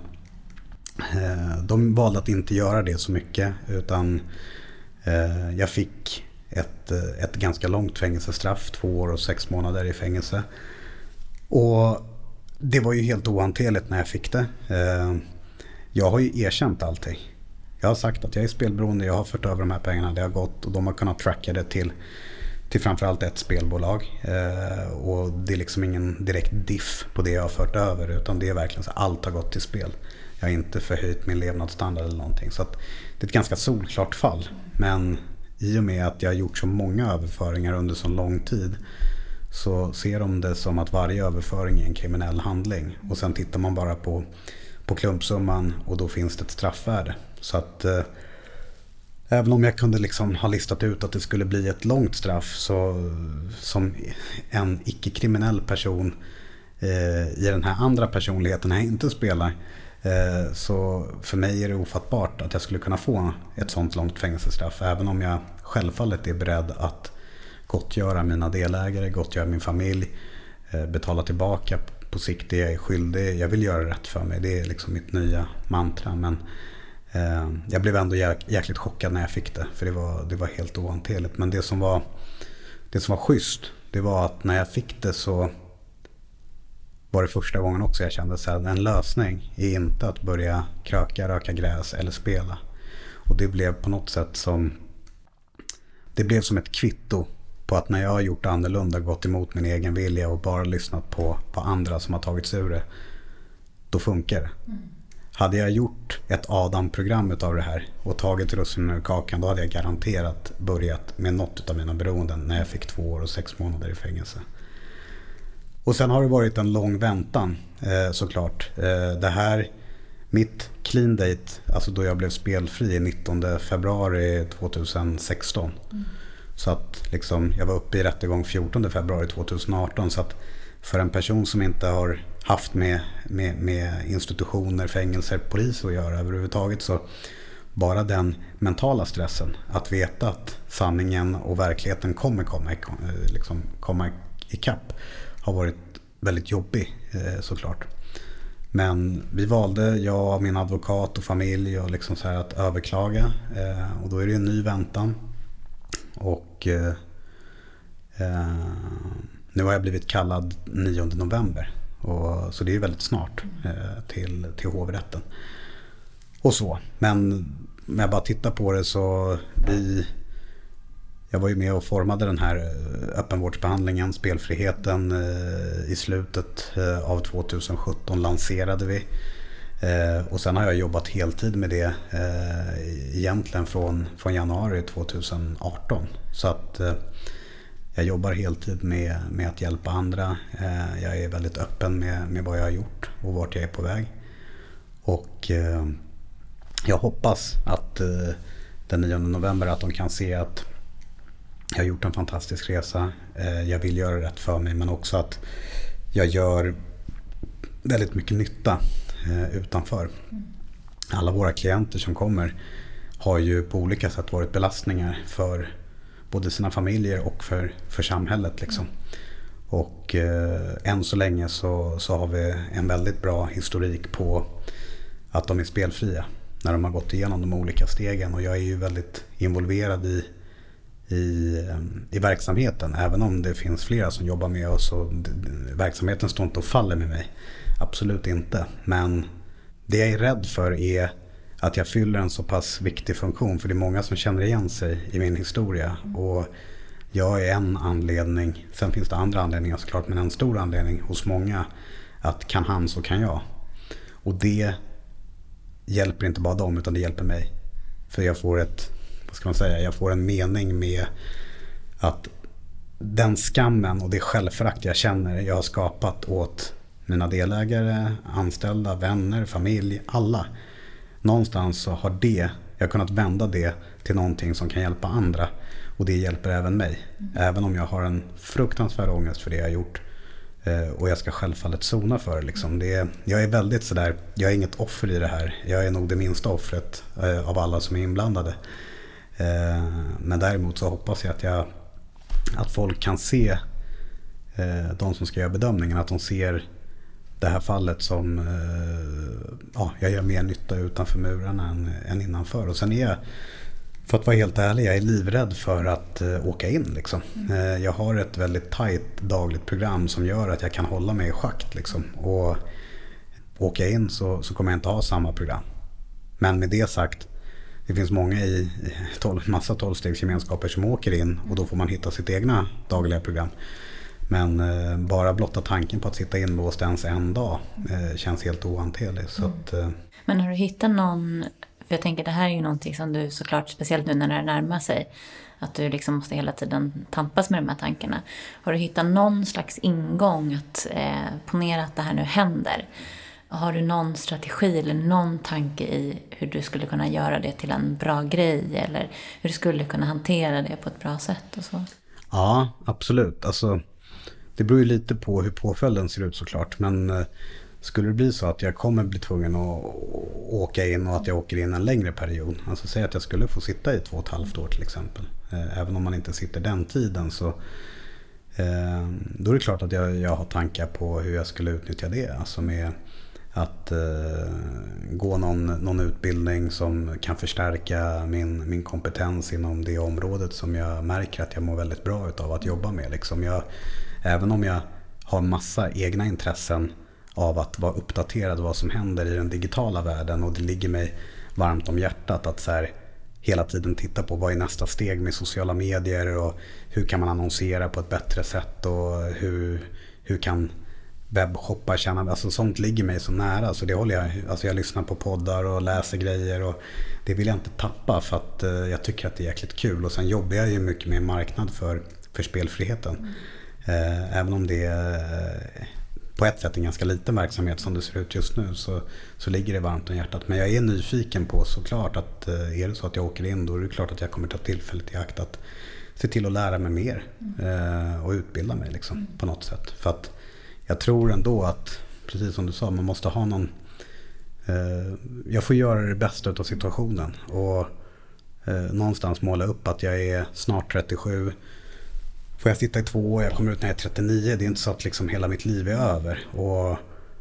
de valde att inte göra det så mycket, utan jag fick ett ganska långt fängelsestraff, 2 år och 6 månader i fängelse. Och det var ju helt ohanterligt när jag fick det. Jag har ju erkänt allting. Jag har sagt att jag är spelberoende, jag har fört över de här pengarna, det har gått och de har kunnat tracka det till framförallt ett spelbolag. Och det är liksom ingen direkt diff på det jag har fört över, utan det är verkligen så att allt har gått till spel. Jag har inte förhöjt min levnadsstandard eller någonting. Så att det är ett ganska solklart fall. Men i och med att jag har gjort så många överföringar under så lång tid, så ser de det som att varje överföring är en kriminell handling. Och sen tittar man bara på klumpsumman och då finns det ett straffvärde. Så att även om jag kunde liksom ha listat ut att det skulle bli ett långt straff, så som en icke-kriminell person i den här andra personligheten jag inte spelar, så för mig är det ofattbart att jag skulle kunna få ett sånt långt fängelsestraff, även om jag självfallet är beredd att gottgöra mina delägare, gottgöra min familj, betala tillbaka på sikt det jag är skyldig. Jag vill göra rätt för mig, det är liksom mitt nya mantra. Men jag blev ändå jäkligt chockad när jag fick det, för det var helt ohanterligt. Men det som var schysst, det var att när jag fick det så var det första gången också jag kände att en lösning är inte att börja kröka, röka gräs eller spela. Och det blev på något sätt som ett kvitto på att när jag har gjort annorlunda, gått emot min egen vilja och bara lyssnat på andra som har tagit sig ur det, då funkar det. Hade jag gjort ett Adam-program av det här och tagit russinen ur kakan, då hade jag garanterat börjat med något av mina beroenden när jag fick 2 år och 6 månader i fängelse. Och sen har det varit en lång väntan såklart. Det här, mitt clean date, alltså då jag blev spelfri 19 februari 2016. Så att liksom, jag var uppe i rättegång 14 februari 2018. Så att för en person som inte har haft med institutioner, fängelser, polis att göra överhuvudtaget, så bara den mentala stressen, att veta att sanningen och verkligheten kommer komma ikapp, har varit väldigt jobbig såklart. Men vi valde, jag, min advokat och familj, och liksom så här att överklaga. Och då är det en ny väntan. Och nu har jag blivit kallad 9 november. Så det är väldigt snart till hovrätten. Och så. Men om jag bara tittar på det så jag var ju med och formade den här öppenvårdsbehandlingen, spelfriheten, i slutet av 2017 lanserade vi. Och sen har jag jobbat heltid med det egentligen från januari 2018. Så att jag jobbar heltid med att hjälpa andra. Jag är väldigt öppen med vad jag har gjort och vart jag är på väg. Och jag hoppas att den 9 november att de kan se att jag har gjort en fantastisk resa. Jag vill göra rätt för mig, men också att jag gör väldigt mycket nytta utanför. Alla våra klienter som kommer har ju på olika sätt varit belastningar för både sina familjer och för samhället liksom. Och än så länge så har vi en väldigt bra historik på att de är spelfria när de har gått igenom de olika stegen. Och jag är ju väldigt involverad i verksamheten, även om det finns flera som jobbar med oss, och verksamheten står inte och faller med mig. Absolut inte. Men det jag är rädd för är att jag fyller en så pass viktig funktion, för det är många som känner igen sig i min historia. Och jag är en anledning, sen finns det andra anledningar såklart, men en stor anledning hos många att kan han så kan jag. Och det hjälper inte bara dem, utan det hjälper mig. För jag får jag får en mening med att den skammen och det självförakt jag känner jag har skapat åt mina delägare, anställda, vänner, familj, alla. Någonstans så har jag kunnat vända det till någonting som kan hjälpa andra, och det hjälper även mig. Även om jag har en fruktansvärd ångest för det jag har gjort, och jag ska självfallet sona för det liksom. Jag är väldigt sådär, jag är inget offer i det här. Jag är nog det minsta offret av alla som är inblandade. Men däremot så hoppas jag att folk kan se, de som ska göra bedömningen, att de ser det här fallet som jag gör mer nytta utanför murarna än innanför. Och sen är jag, för att vara helt ärlig, jag är livrädd för att åka in liksom. Jag har ett väldigt tajt dagligt program som gör att jag kan hålla mig i schakt liksom. Och åka in så kommer jag inte ha samma program. Men med det sagt, det finns många i massa 12-stegsgemenskaper som åker in, och då får man hitta sitt egna dagliga program. Men bara blotta tanken på att sitta inlåst ens en dag känns helt ohanterlig. Så att, Men har du hittat någon, för jag tänker det här är ju någonting som du såklart, speciellt nu när det närmar sig, att du liksom måste hela tiden tampas med de här tankarna. Har du hittat någon slags ingång att ponera att det här nu händer? Har du någon strategi eller någon tanke i hur du skulle kunna göra det till en bra grej, eller hur du skulle kunna hantera det på ett bra sätt och så? Ja, absolut. Alltså, det beror ju lite på hur påföljden ser ut såklart, men skulle det bli så att jag kommer bli tvungen att åka in, och att jag åker in en längre period, alltså säg att jag skulle få sitta i 2,5 år till exempel, även om man inte sitter den tiden, så då är det klart att jag har tankar på hur jag skulle utnyttja det, alltså med att gå någon utbildning som kan förstärka min kompetens inom det området som jag märker att jag mår väldigt bra utav att jobba med liksom. Även om jag har massa egna intressen av att vara uppdaterad vad som händer i den digitala världen, och det ligger mig varmt om hjärtat att så här, hela tiden titta på vad är nästa steg med sociala medier, och hur kan man annonsera på ett bättre sätt, och hur kan webbshoppar känna, alltså sånt ligger mig så nära, så det håller jag lyssnar på poddar och läser grejer, och det vill jag inte tappa, för att jag tycker att det är jäkligt kul. Och sen jobbar jag ju mycket med marknad för spelfriheten. Även om det är på ett sätt en ganska liten verksamhet som det ser ut just nu, så ligger det varmt om hjärtat. Men jag är nyfiken på såklart att är det så att jag åker in, då är det klart att jag kommer ta tillfället i akt att se till att lära mig mer och utbilda mig liksom, på något sätt. För att jag tror ändå att, precis som du sa, man måste ha någon jag får göra det bästa av situationen och någonstans måla upp att jag är snart 37. Får jag sitta i 2 år, jag kommer ut när jag är 39. Det är inte så att liksom hela mitt liv är över. Och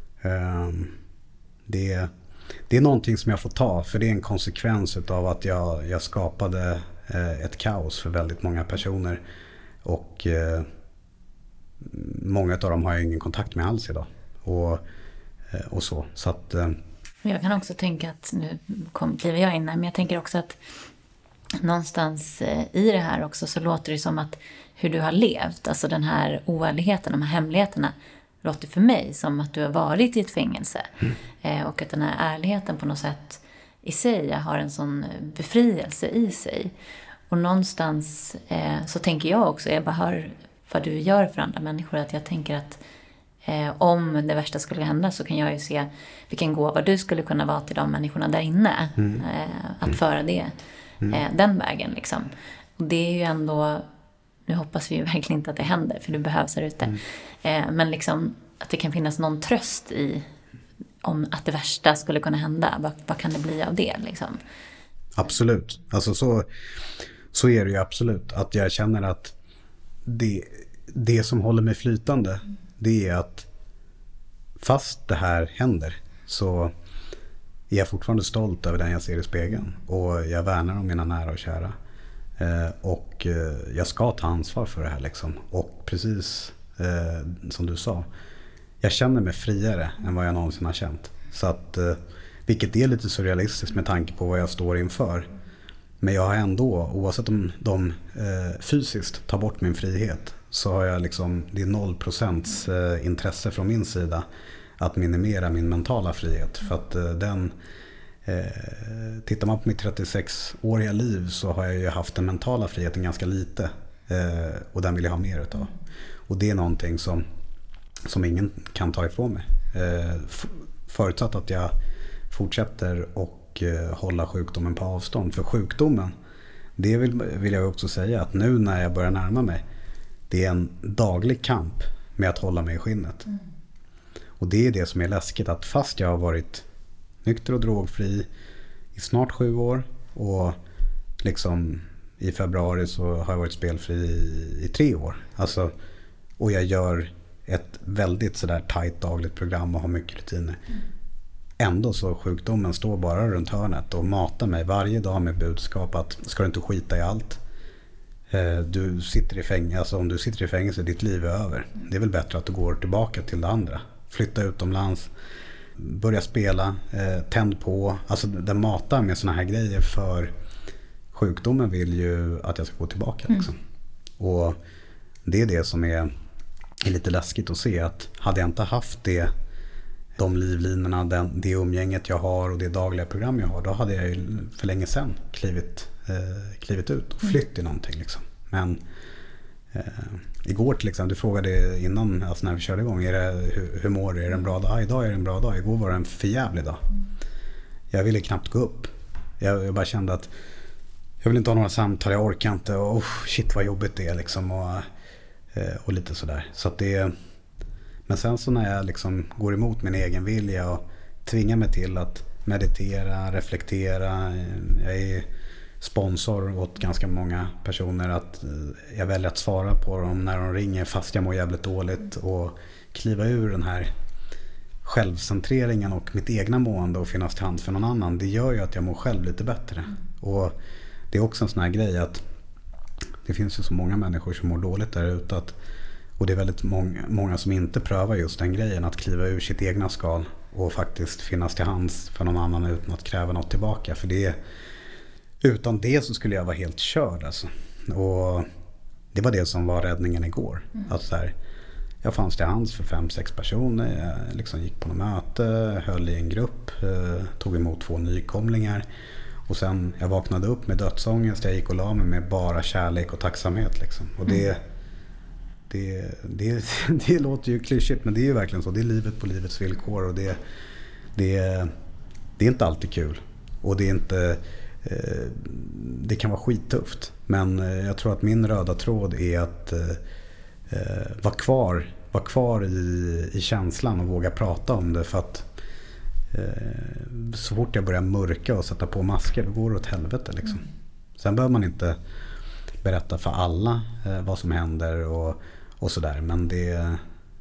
det är någonting som jag får ta, för det är en konsekvens av att jag skapade ett kaos för väldigt många personer. Och många av dem har jag ingen kontakt med alls idag. Och så. Så att, jag kan också tänka att, nu kliver jag in här, men jag tänker också att någonstans i det här också så låter det som att hur du har levt, alltså den här oärligheten, de här hemligheterna, låter för mig som att du har varit i ett fängelse. Och att den här ärligheten på något sätt i sig har en sån befrielse i sig. Och någonstans så tänker jag också, jag bara hör vad du gör för andra människor, att jag tänker att om det värsta skulle hända så kan jag ju se vilken gåva du skulle kunna vara till de människorna där inne. Att föra det den vägen liksom. Och det är ju ändå, nu hoppas vi ju verkligen inte att det händer, för du behövs här ute. Men liksom att det kan finnas någon tröst i om att det värsta skulle kunna hända. Vad kan det bli av det liksom? Absolut. Alltså så är det ju absolut. Att jag känner att det som håller mig flytande, det är att fast det här händer så är jag fortfarande stolt över den jag ser i spegeln. Och jag värnar om mina nära och kära. Och jag ska ta ansvar för det här liksom. Och precis som du sa, jag känner mig friare än vad jag någonsin har känt. Så att, vilket är lite surrealistiskt med tanke på vad jag står inför. Men jag har ändå, oavsett om de fysiskt tar bort min frihet, så har jag liksom, det är 0% intresse från min sida att minimera min mentala frihet. För att tittar man på mitt 36-åriga liv så har jag ju haft den mentala friheten ganska lite. Och den vill jag ha mer utav. Och det är någonting som ingen kan ta ifrån mig. Förutsatt att jag fortsätter och hålla sjukdomen på avstånd. För sjukdomen, det vill jag också säga att nu när jag börjar närma mig, det är en daglig kamp med att hålla mig i skinnet. Och det är det som är läskigt, att fast jag har varit nykter och drogfri i snart 7 år och liksom i februari så har jag varit spelfri i 3 år. Alltså, och jag gör ett väldigt sådär tajt dagligt program och har mycket rutiner. Ändå så sjukdomen står bara runt hörnet och matar mig varje dag med budskap att ska du inte skita i allt. Du sitter i fängelse, alltså om du sitter i fängelse, ditt liv är över. Det är väl bättre att du går tillbaka till det andra. Flytta utomlands, börja spela, tänd på. Alltså den matar med såna här grejer, för sjukdomen vill ju att jag ska gå tillbaka. Liksom. Och det är det som är lite läskigt att se, att hade jag inte haft de livlinorna, det umgänget jag har och det dagliga program jag har, då hade jag ju för länge sedan klivit ut och flytt i någonting liksom. Men igår till exempel, du frågade innan, alltså när vi körde igång, hur mår du? Är det en bra dag? Idag är det en bra dag. Igår var det en förjävlig dag. Jag ville knappt gå upp. Jag bara kände att jag vill inte ha några samtal, jag orkar inte, och shit vad jobbigt det är liksom, och lite sådär. Så att men sen så när jag liksom går emot min egen vilja och tvingar mig till att meditera, reflektera, jag är sponsor åt ganska många personer, att jag väljer att svara på dem när de ringer fast jag mår jävligt dåligt, och kliva ur den här självcentreringen och mitt egna mående och finnas till hand för någon annan. Det gör ju att jag mår själv lite bättre. Och det är också en sån här grej att det finns ju så många människor som mår dåligt där ute, och det är väldigt många som inte prövar just den grejen, att kliva ur sitt egna skal och faktiskt finnas till hands för någon annan utan att kräva något tillbaka. För utan det så skulle jag vara helt körd alltså. Och det var det som var räddningen igår. Att så här, jag fanns till hands för 5-6 personer. Jag liksom gick på något möte, höll i en grupp, tog emot 2 nykomlingar. Och sen jag vaknade upp med dödsångest. Jag gick och la mig med bara kärlek och tacksamhet liksom. Och det låter ju klyschigt, men det är ju verkligen så. Det är livet på livets villkor, och det är inte alltid kul. Och det är inte, det kan vara skittufft. Men jag tror att min röda tråd är att vara kvar i känslan och våga prata om det. För att så fort jag börjar mörka och sätta på masker, då går det åt helvete liksom. Sen behöver man inte berätta för alla vad som händer och sådär, men det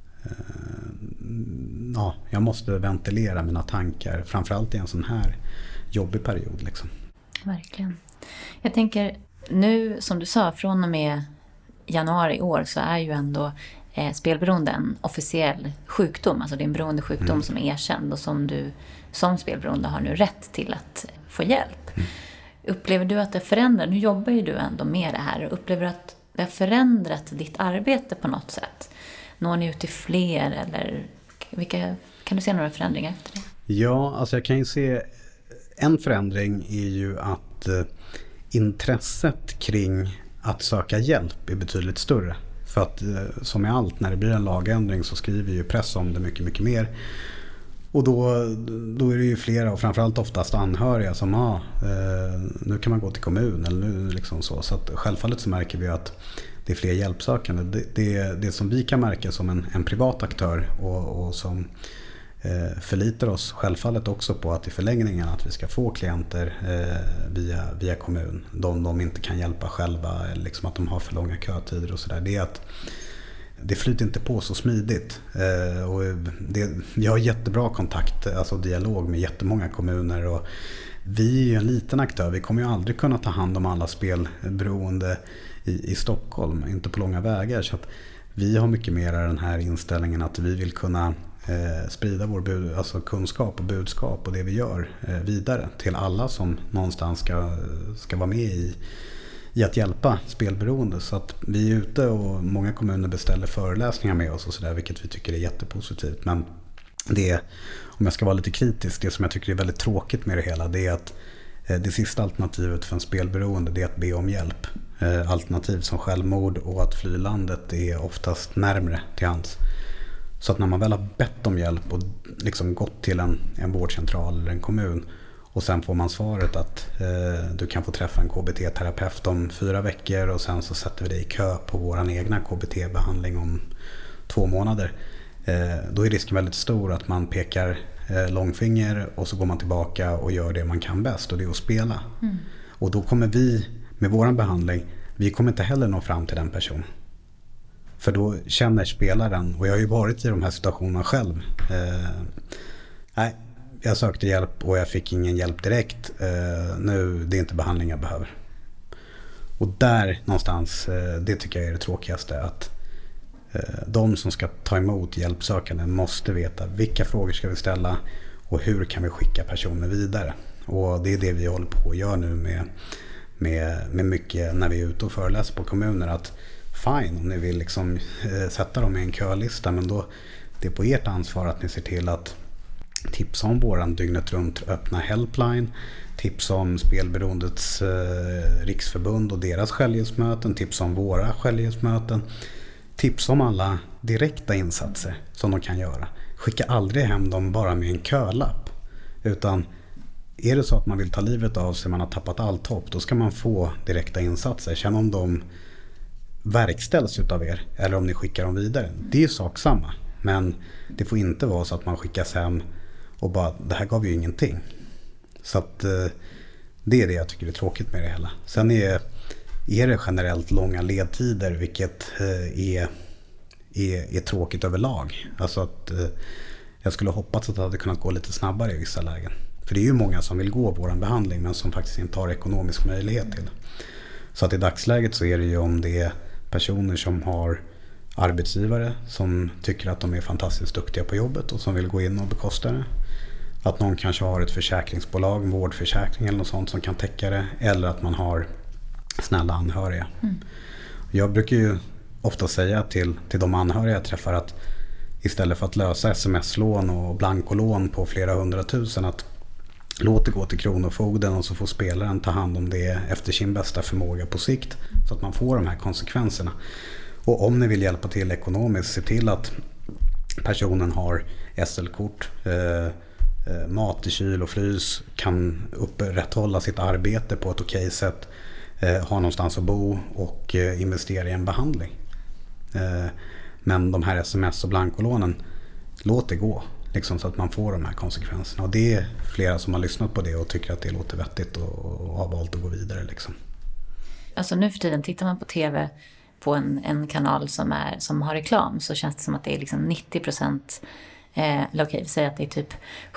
jag måste ventilera mina tankar, framförallt i en sån här jobbig period liksom. Verkligen. Jag tänker nu, som du sa, från och med januari i år så är ju ändå spelberoende en officiell sjukdom. Alltså det är en beroendesjukdom som är erkänd och som du som spelberoende har nu rätt till att få hjälp. Upplever du att det förändrar? Nu jobbar ju du ändå med det här. Upplever du att det har förändrat ditt arbete på något sätt? Når ni ut till fler eller kan du se några förändringar efter det? Ja, alltså jag kan ju se en förändring är ju att intresset kring att söka hjälp är betydligt större. För att som med allt, när det blir en lagändring så skriver ju press om det mycket, mycket mer. Och då är det ju flera och framförallt oftast anhöriga som nu kan man gå till kommun eller nu liksom så. Så att självfallet så märker vi att det är fler hjälpsökande. Det som vi kan märka som en privat aktör och som förlitar oss självfallet också på att i förlängningen att vi ska få klienter via kommun. De inte kan hjälpa själva eller liksom att de har för långa kötider och sådär. Det är att det flyter inte på så smidigt. Och jag har jättebra kontakt, alltså dialog med jättemånga kommuner och vi är ju en liten aktör. Vi kommer ju aldrig kunna ta hand om alla spelberoende i Stockholm, inte på långa vägar. Så att vi har mycket mer den här inställningen att vi vill kunna sprida vår alltså kunskap och budskap och det vi gör vidare till alla som någonstans ska vara med i att hjälpa spelberoende. Så att vi är ute och många kommuner beställer föreläsningar med oss och sådär, vilket vi tycker är jättepositivt. Men om jag ska vara lite kritisk, det som jag tycker är väldigt tråkigt med det hela, det är att det sista alternativet för en spelberoende det är att be om hjälp. Alternativ som självmord och att fly landet är oftast närmre till hands. Så att när man väl har bett om hjälp och liksom gått till en vårdcentral eller en kommun och sen får man svaret att du kan få träffa en KBT-terapeut om 4 veckor och sen så sätter vi dig i kö på våran egna KBT-behandling om 2 månader. Då är risken väldigt stor att man pekar långfinger och så går man tillbaka och gör det man kan bäst och det är att spela. Och då kommer vi med våran behandling, vi kommer inte heller nå fram till den personen. För då känner spelaren, och jag har ju varit i de här situationerna själv. Nej, jag sökte hjälp och jag fick ingen hjälp direkt. Nu, det är inte behandling jag behöver. Och där någonstans, det tycker jag är det tråkigaste. Att de som ska ta emot hjälpsökande måste veta vilka frågor ska vi ställa och hur kan vi skicka personer vidare. Och det är det vi håller på att göra nu med mycket när vi är ute och föreläser på kommuner. Att fine, om ni vill liksom sätta dem i en kölista, men då det är på ert ansvar att ni ser till att tipsa om våran dygnet runt öppna helpline, tipsa om Spelberoendets riksförbund och deras självhjälpsmöten, tipsa om våra självhjälpsmöten, tipsa om alla direkta insatser som de kan göra. Skicka aldrig hem dem bara med en kölapp, utan är det så att man vill ta livet av sig, man har tappat allt hopp, då ska man få direkta insatser. Känn om de verkställs utav er eller om ni skickar dem vidare. Det är sak samma, men det får inte vara så att man skickas hem och bara, det här gav ju ingenting. Så att det är det jag tycker är tråkigt med det hela. Sen är det generellt långa ledtider, vilket är tråkigt överlag. Alltså att jag skulle hoppas att det hade kunnat gå lite snabbare i vissa lägen. För det är ju många som vill gå våran behandling men som faktiskt inte har ekonomisk möjlighet till. Så att i dagsläget så är det ju om det är personer som har arbetsgivare som tycker att de är fantastiskt duktiga på jobbet och som vill gå in och bekosta det. Att någon kanske har ett försäkringsbolag, vårdförsäkring eller något sånt som kan täcka det. Eller att man har snälla anhöriga. Jag brukar ju ofta säga till de anhöriga jag träffar att istället för att lösa sms-lån och blankolån på flera 100 000, att låt det gå till kronofogden och så får spelaren ta hand om det efter sin bästa förmåga på sikt, så att man får de här konsekvenserna. Och om ni vill hjälpa till ekonomiskt, se till att personen har SL-kort, mat i kyl och frys, kan upprätthålla sitt arbete på ett okej sätt, ha någonstans att bo och investera i en behandling. Men de här sms- och blankolånen, låt det gå. Liksom så att man får de här konsekvenserna. Och det är flera som har lyssnat på det och tycker att det låter vettigt och har valt att gå vidare. Liksom. Alltså nu för tiden tittar man på tv på en kanal som har reklam, så känns det som att det är liksom 90%, eller okej, vi säger att det är typ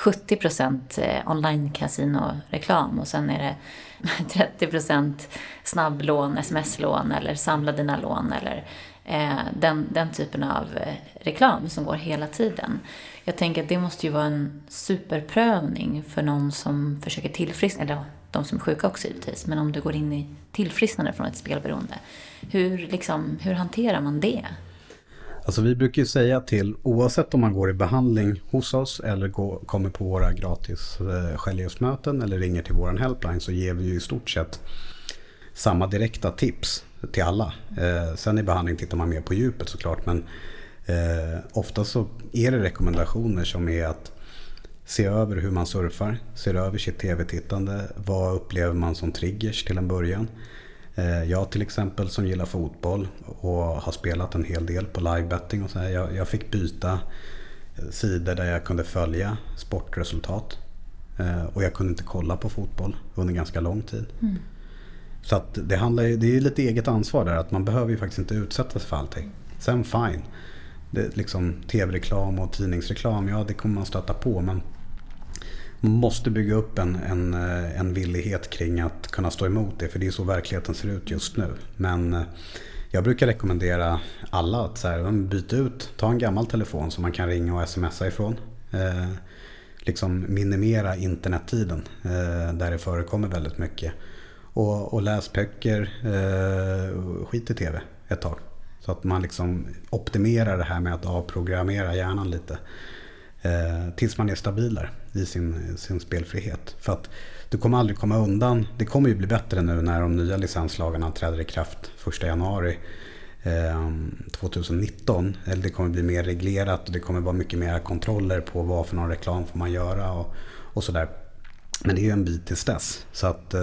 70% online-casino-reklam och sen är det 30% snabblån, sms-lån eller samla dina lån eller den typen av reklam som går hela tiden. Jag tänker att det måste ju vara en superprövning för någon som försöker tillfriskna, eller de som är sjuka också givetvis, men om du går in i tillfrisknande från ett spelberoende. Hur hanterar man det? Alltså vi brukar ju säga till, oavsett om man går i behandling hos oss eller kommer på våra gratis självhjälpsmöten eller ringer till våran helpline, så ger vi ju i stort sett samma direkta tips till alla. Sen i behandling tittar man mer på djupet såklart, men ofta så är det rekommendationer som är att se över hur man surfar, se över sitt tv-tittande, vad upplever man som triggers till en början. Jag till exempel som gillar fotboll och har spelat en hel del på livebetting och så här, jag fick byta sidor där jag kunde följa sportresultat och jag kunde inte kolla på fotboll under ganska lång tid. Så att det är lite eget ansvar där, att man behöver ju faktiskt inte utsätta sig för allting. Sen fine, det, liksom tv-reklam och tidningsreklam, ja det kommer man stöta på, men man måste bygga upp en villighet kring att kunna stå emot det, för det är så verkligheten ser ut just nu. Men jag brukar rekommendera alla att så här, byta ut, ta en gammal telefon som man kan ringa och smsa ifrån. Liksom minimera internettiden där det förekommer väldigt mycket. Och läs böcker, skit i tv ett tag. Så att man liksom optimerar det här med att avprogrammera hjärnan lite. Tills man är stabilare i sin spelfrihet. För att du kommer aldrig komma undan. Det kommer ju bli bättre nu när de nya licenslagarna träder i kraft 1 januari 2019. Eller det kommer bli mer reglerat och det kommer vara mycket mer kontroller på vad för någon reklam får man göra och sådär. Men det är ju en bit tills dess. Så att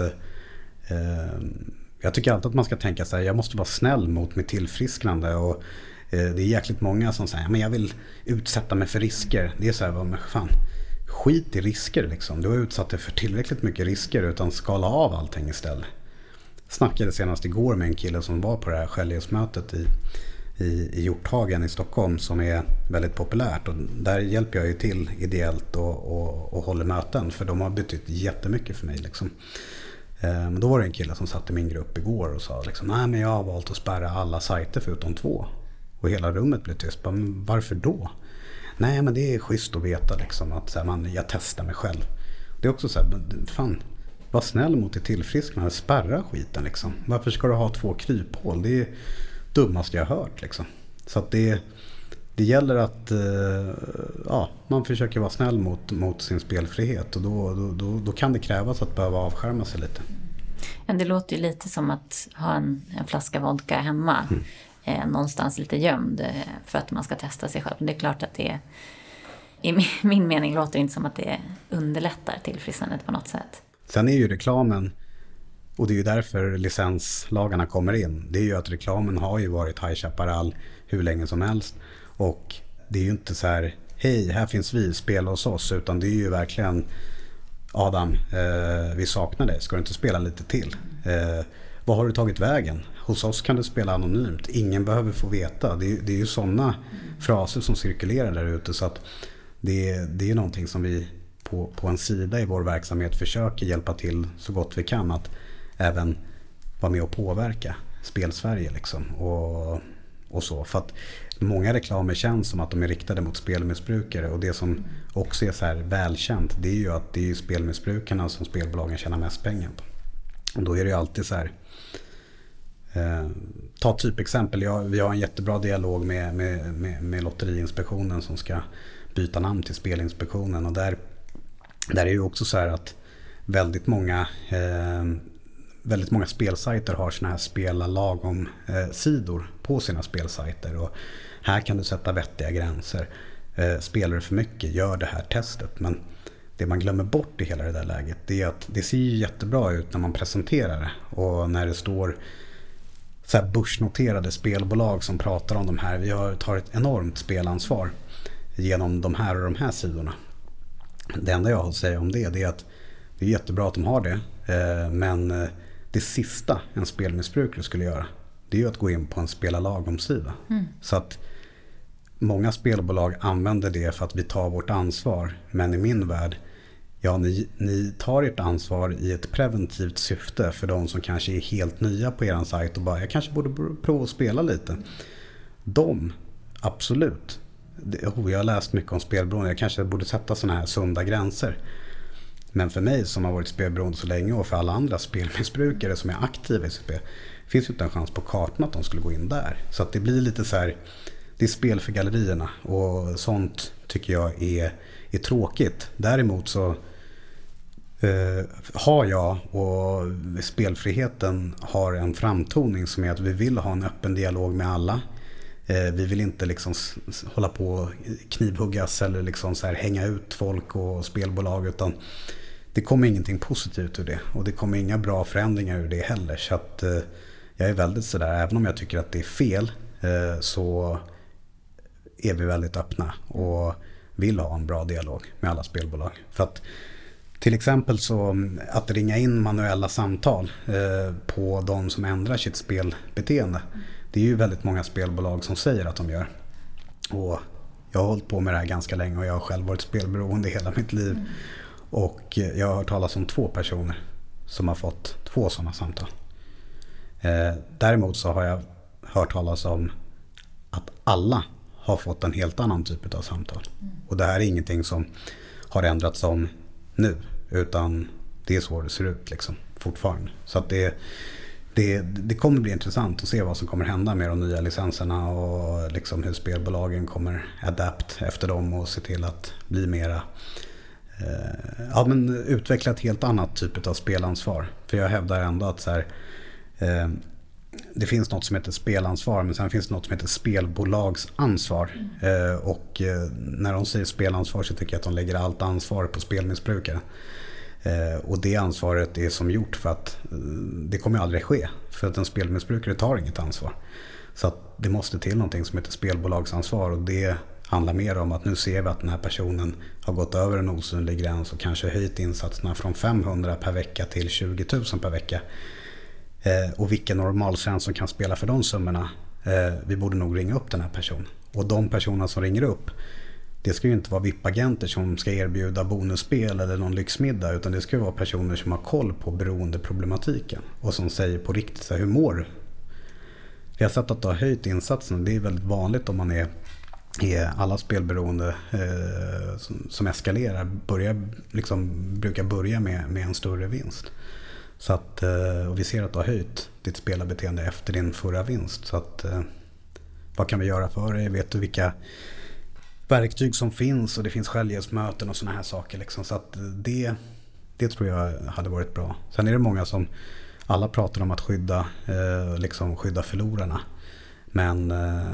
jag tycker alltid att man ska tänka så här, jag måste vara snäll mot mitt tillfrisknande, och det är jäkligt många som säger men jag vill utsätta mig för risker. Det är så här, men fan, skit i risker liksom. Du har utsatt dig för tillräckligt mycket risker, utan skala av allting istället. Snackade senast igår med en kille som var på det här självhjälpsmötet i Hjorthagen i Stockholm, som är väldigt populärt, och där hjälper jag ju till ideellt och håller möten, för de har betytt jättemycket för mig liksom. Men då var det en kille som satt i min grupp igår och sa liksom, nej men jag har valt att spärra alla sajter förutom 2. Och hela rummet blev tyst. Men varför då? Nej men det är schysst att veta liksom, att så här, jag testar mig själv. Det är också så här, fan, var snäll mot det tillfrisknande, spärra skiten liksom. Varför ska du ha 2 kryphål? Det är dummaste jag har hört liksom. Så att det gäller att man försöker vara snäll mot sin spelfrihet, och då kan det krävas att behöva avskärma sig lite. Men det låter ju lite som att ha en flaska vodka hemma någonstans lite gömd för att man ska testa sig själv. Det är klart att det i min mening låter inte som att det underlättar tillfrisknandet på något sätt. Sen är ju reklamen, och det är ju därför licenslagarna kommer in, det är ju att reklamen har ju varit High Chaparral hur länge som helst. Och det är ju inte så här, hej, här finns vi, spela hos oss, utan det är ju verkligen, Adam, vi saknar dig, ska du inte spela lite till? Vad har du tagit vägen? Hos oss kan du spela anonymt, ingen behöver få veta. Det är ju sådana fraser som cirkulerar där ute, så att det är ju någonting som vi på en sida i vår verksamhet försöker hjälpa till så gott vi kan, att även vara med och påverka Spelsverige liksom, och så. För att många reklamer känns som att de är riktade mot spelmissbrukare, och det som också är så här välkänt, det är ju att det är spelmissbrukarna som spelbolagen tjänar mest pengar på. Och då är det ju alltid så här, ta typexempel, vi har en jättebra dialog med Lotteriinspektionen som ska byta namn till Spelinspektionen, och där är det ju också så här att väldigt många spelsajter har såna här spela lagom sidor på sina spelsajter, och här kan du sätta vettiga gränser. Spelar du för mycket, gör det här testet. Men det man glömmer bort i hela det där läget, det är att det ser ju jättebra ut när man presenterar det, och när det står så här börsnoterade spelbolag som pratar om de här, tar ett enormt spelansvar. genom de här och de här sidorna. Det enda jag har att säga om det är att det är jättebra att de har det, men det sista en spelmissbrukare skulle göra, det är ju att gå in på en spela lagom-sida. Så att många spelbolag använder det för att vi tar vårt ansvar, men i min värld, ja, ni tar ert ansvar i ett preventivt syfte för de som kanske är helt nya på er sajt och bara, jag kanske borde prova att spela lite. Absolut. Jag har läst mycket om spelberoende, jag kanske borde sätta såna här sunda gränser. Men för mig som har varit spelberoende så länge och för alla andra spelmissbrukare som är aktiva i sitt spel, finns ju inte en chans på kartan att de skulle gå in där. Så att det blir lite så här, det är spel för gallerierna och sånt tycker jag är tråkigt. Däremot så har jag och spelfriheten har en framtoning som är att vi vill ha en öppen dialog med alla. Vi vill inte liksom hålla på och knivhuggas eller liksom så här hänga ut folk och spelbolag, utan det kommer ingenting positivt ur det och det kommer inga bra förändringar ur det heller. Så att jag är väldigt sådär, även om jag tycker att det är fel, så är vi väldigt öppna och vill ha en bra dialog med alla spelbolag. För att till exempel så att ringa in manuella samtal på de som ändrar sitt spelbeteende, det är ju väldigt många spelbolag som säger att de gör. Och jag har hållit på med det här ganska länge och jag har själv varit spelberoende hela mitt liv. Och jag har hört talas om 2 personer som har fått 2 sådana samtal. Däremot så har jag hört talas om att alla har fått en helt annan typ av samtal. Och det här är ingenting som har ändrats om nu, utan det är så det ser ut liksom, fortfarande. Så att det kommer bli intressant att se vad som kommer hända med de nya licenserna och liksom hur spelbolagen kommer adapt efter dem och se till att bli mera utveckla ett helt annat typ av spelansvar. För jag hävdar ändå att så här, det finns något som heter spelansvar, men sen finns det något som heter spelbolagsansvar. Och när de säger spelansvar så tycker jag att de lägger allt ansvar på spelmissbrukare. Och det ansvaret är som gjort för att det kommer aldrig ske. För att en spelmissbrukare tar inget ansvar. Så att det måste till någonting som heter spelbolagsansvar, och det handlar mer om att nu ser vi att den här personen har gått över en osynlig gräns och kanske höjt insatserna från 500 per vecka till 20 000 per vecka. Och vilken normalsvensson som kan spela för de summorna, vi borde nog ringa upp den här personen. Och de personerna som ringer upp, det ska ju inte vara VIP-agenter som ska erbjuda bonusspel eller någon lyxmiddag, utan det ska ju vara personer som har koll på beroendeproblematiken och som säger på riktigt så här, hur mår du? Vi har sett att du har höjt insatsen. Det är väldigt vanligt om man är alla spelberoende som eskalerar brukar börja med en större vinst. Så att, och vi ser att du har höjt ditt spelarbeteende efter din förra vinst. Så att, vad kan vi göra för dig? Vet du vilka verktyg som finns? Och det finns självhjälpsmöten och såna här saker. Liksom. Så att det tror jag hade varit bra. Sen är det många som, alla pratar om att skydda förlorarna. Men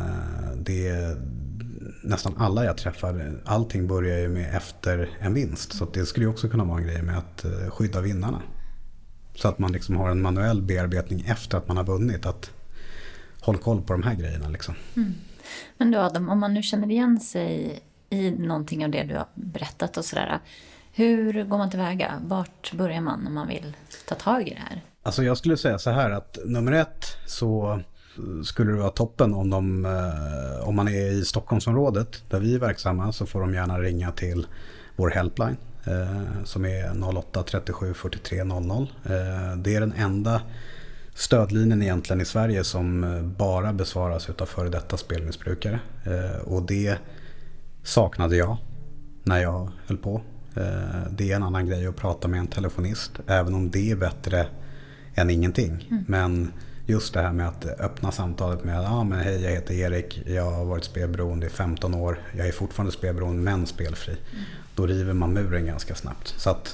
det nästan alla jag träffar, allting börjar ju med efter en vinst. Så att det skulle ju också kunna vara en grej med att skydda vinnarna. Så att man liksom har en manuell bearbetning efter att man har vunnit. Att hålla koll på de här grejerna. Liksom. Men då Adam, om man nu känner igen sig i någonting av det du har berättat och sådär. Hur går man tillväga? Vart börjar man om man vill ta tag i det här? Alltså jag skulle säga så här att nummer 1 så skulle det vara toppen om man är i Stockholmsområdet där vi är verksamma, så får de gärna ringa till vår helpline som är 08 37 43 00. Det är den enda stödlinjen egentligen i Sverige som bara besvaras utav före detta spelmissbrukare. Och det saknade jag när jag höll på. Det är en annan grej att prata med en telefonist, även om det är bättre än ingenting. Men just det här med att öppna samtalet med men hej, jag heter Erik, jag har varit spelberoende i 15 år, jag är fortfarande spelberoende men spelfri. Då river man muren ganska snabbt. Så att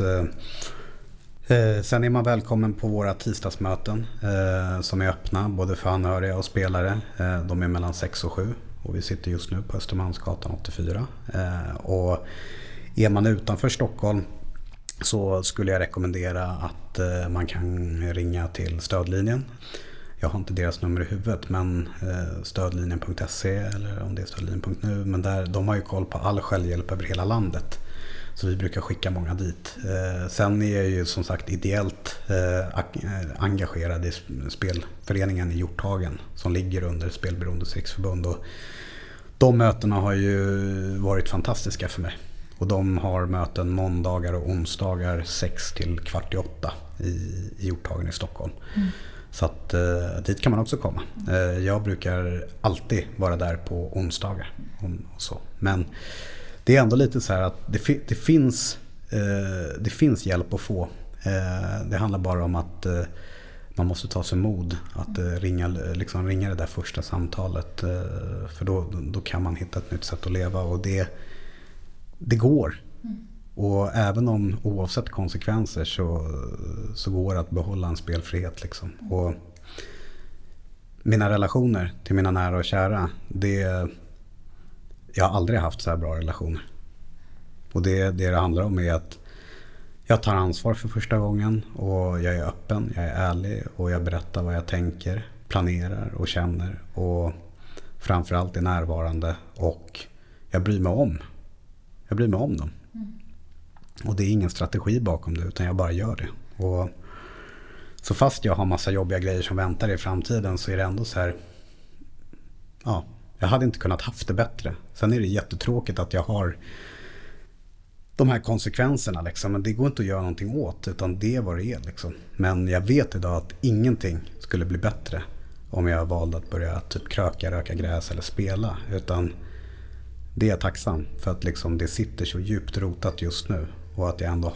sen är man välkommen på våra tisdagsmöten som är öppna både för anhöriga och spelare. De är mellan 6 och 7 och vi sitter just nu på Östermalmsgatan 84. Och är man utanför Stockholm så skulle jag rekommendera att man kan ringa till stödlinjen. jag har inte deras nummer i huvudet, men stödlinjen.se eller om det är stödlinjen.nu, men de har ju koll på all självhjälp över hela landet. Så vi brukar skicka många dit. Sen är jag ju som sagt ideellt engagerad i spelföreningen i Hjorthagen som ligger under Spelberoendes riksförbund. Och de mötena har ju varit fantastiska för mig. Och de har möten måndagar och onsdagar 6 till 7:15 i Hjorthagen i Stockholm. Mm. Så att dit kan man också komma. Jag brukar alltid vara där på onsdagar. Och så. Men det är ändå lite så här att det finns hjälp att få. Det handlar bara om att man måste ta sig mod att ringa det där första samtalet. För då kan man hitta ett nytt sätt att leva. Och det går. Mm. Och även om oavsett konsekvenser så går det att behålla en spelfrihet. Liksom. Och mina relationer till mina nära och kära, jag har aldrig haft så här bra relationer. Och det handlar om är att jag tar ansvar för första gången och jag är öppen, jag är ärlig och jag berättar vad jag tänker, planerar och känner och framförallt är närvarande och jag bryr mig om dem. Mm. Och det är ingen strategi bakom det utan jag bara gör det. Och så fast jag har massa jobbiga grejer som väntar i framtiden så är det ändå så här, ja, jag hade inte kunnat haft det bättre. Sen är det jättetråkigt att jag har de här konsekvenserna liksom, men det går inte att göra någonting åt utan det är vad det är liksom. Men jag vet idag att ingenting skulle bli bättre om jag valde att börja typ kröka, röka gräs eller spela, utan det är jag tacksam för att liksom det sitter så djupt rotat just nu och att jag ändå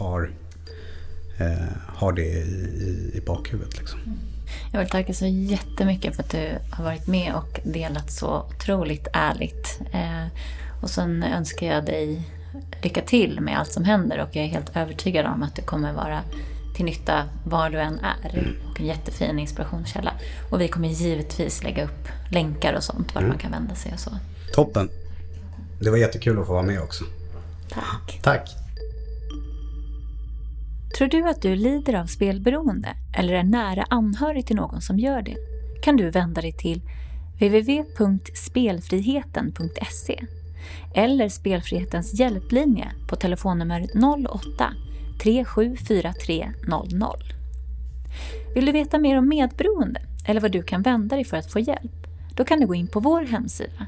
har det i bakhuvudet liksom. Jag vill tacka så jättemycket för att du har varit med och delat så otroligt ärligt. Och sen önskar jag dig lycka till med allt som händer och jag är helt övertygad om att du kommer vara till nytta var du än är och en jättefin inspirationskälla. Och vi kommer givetvis lägga upp länkar och sånt var man kan vända sig och så. Toppen. Det var jättekul att få vara med också. Tack. Tack. Tror du att du lider av spelberoende eller är nära anhörig till någon som gör det? Kan du vända dig till www.spelfriheten.se eller Spelfrihetens hjälplinje på telefonnummer 08 3743 00. Vill du veta mer om medberoende eller vad du kan vända dig för att få hjälp? Då kan du gå in på vår hemsida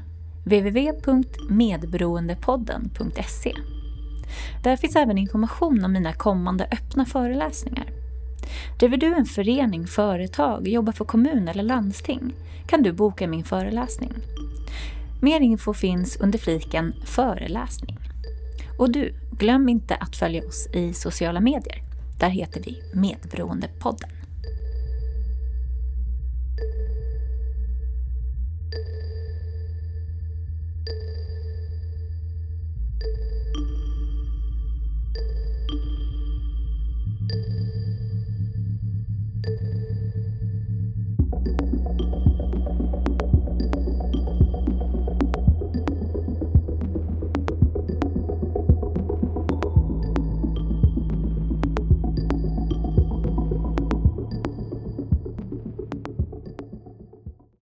www.medberoendepodden.se. Där finns även information om mina kommande öppna föreläsningar. Driver du en förening, företag, jobbar för kommun eller landsting kan du boka min föreläsning. Mer info finns under fliken föreläsning. Och du, glöm inte att följa oss i sociala medier. Där heter vi Medberoendepodden.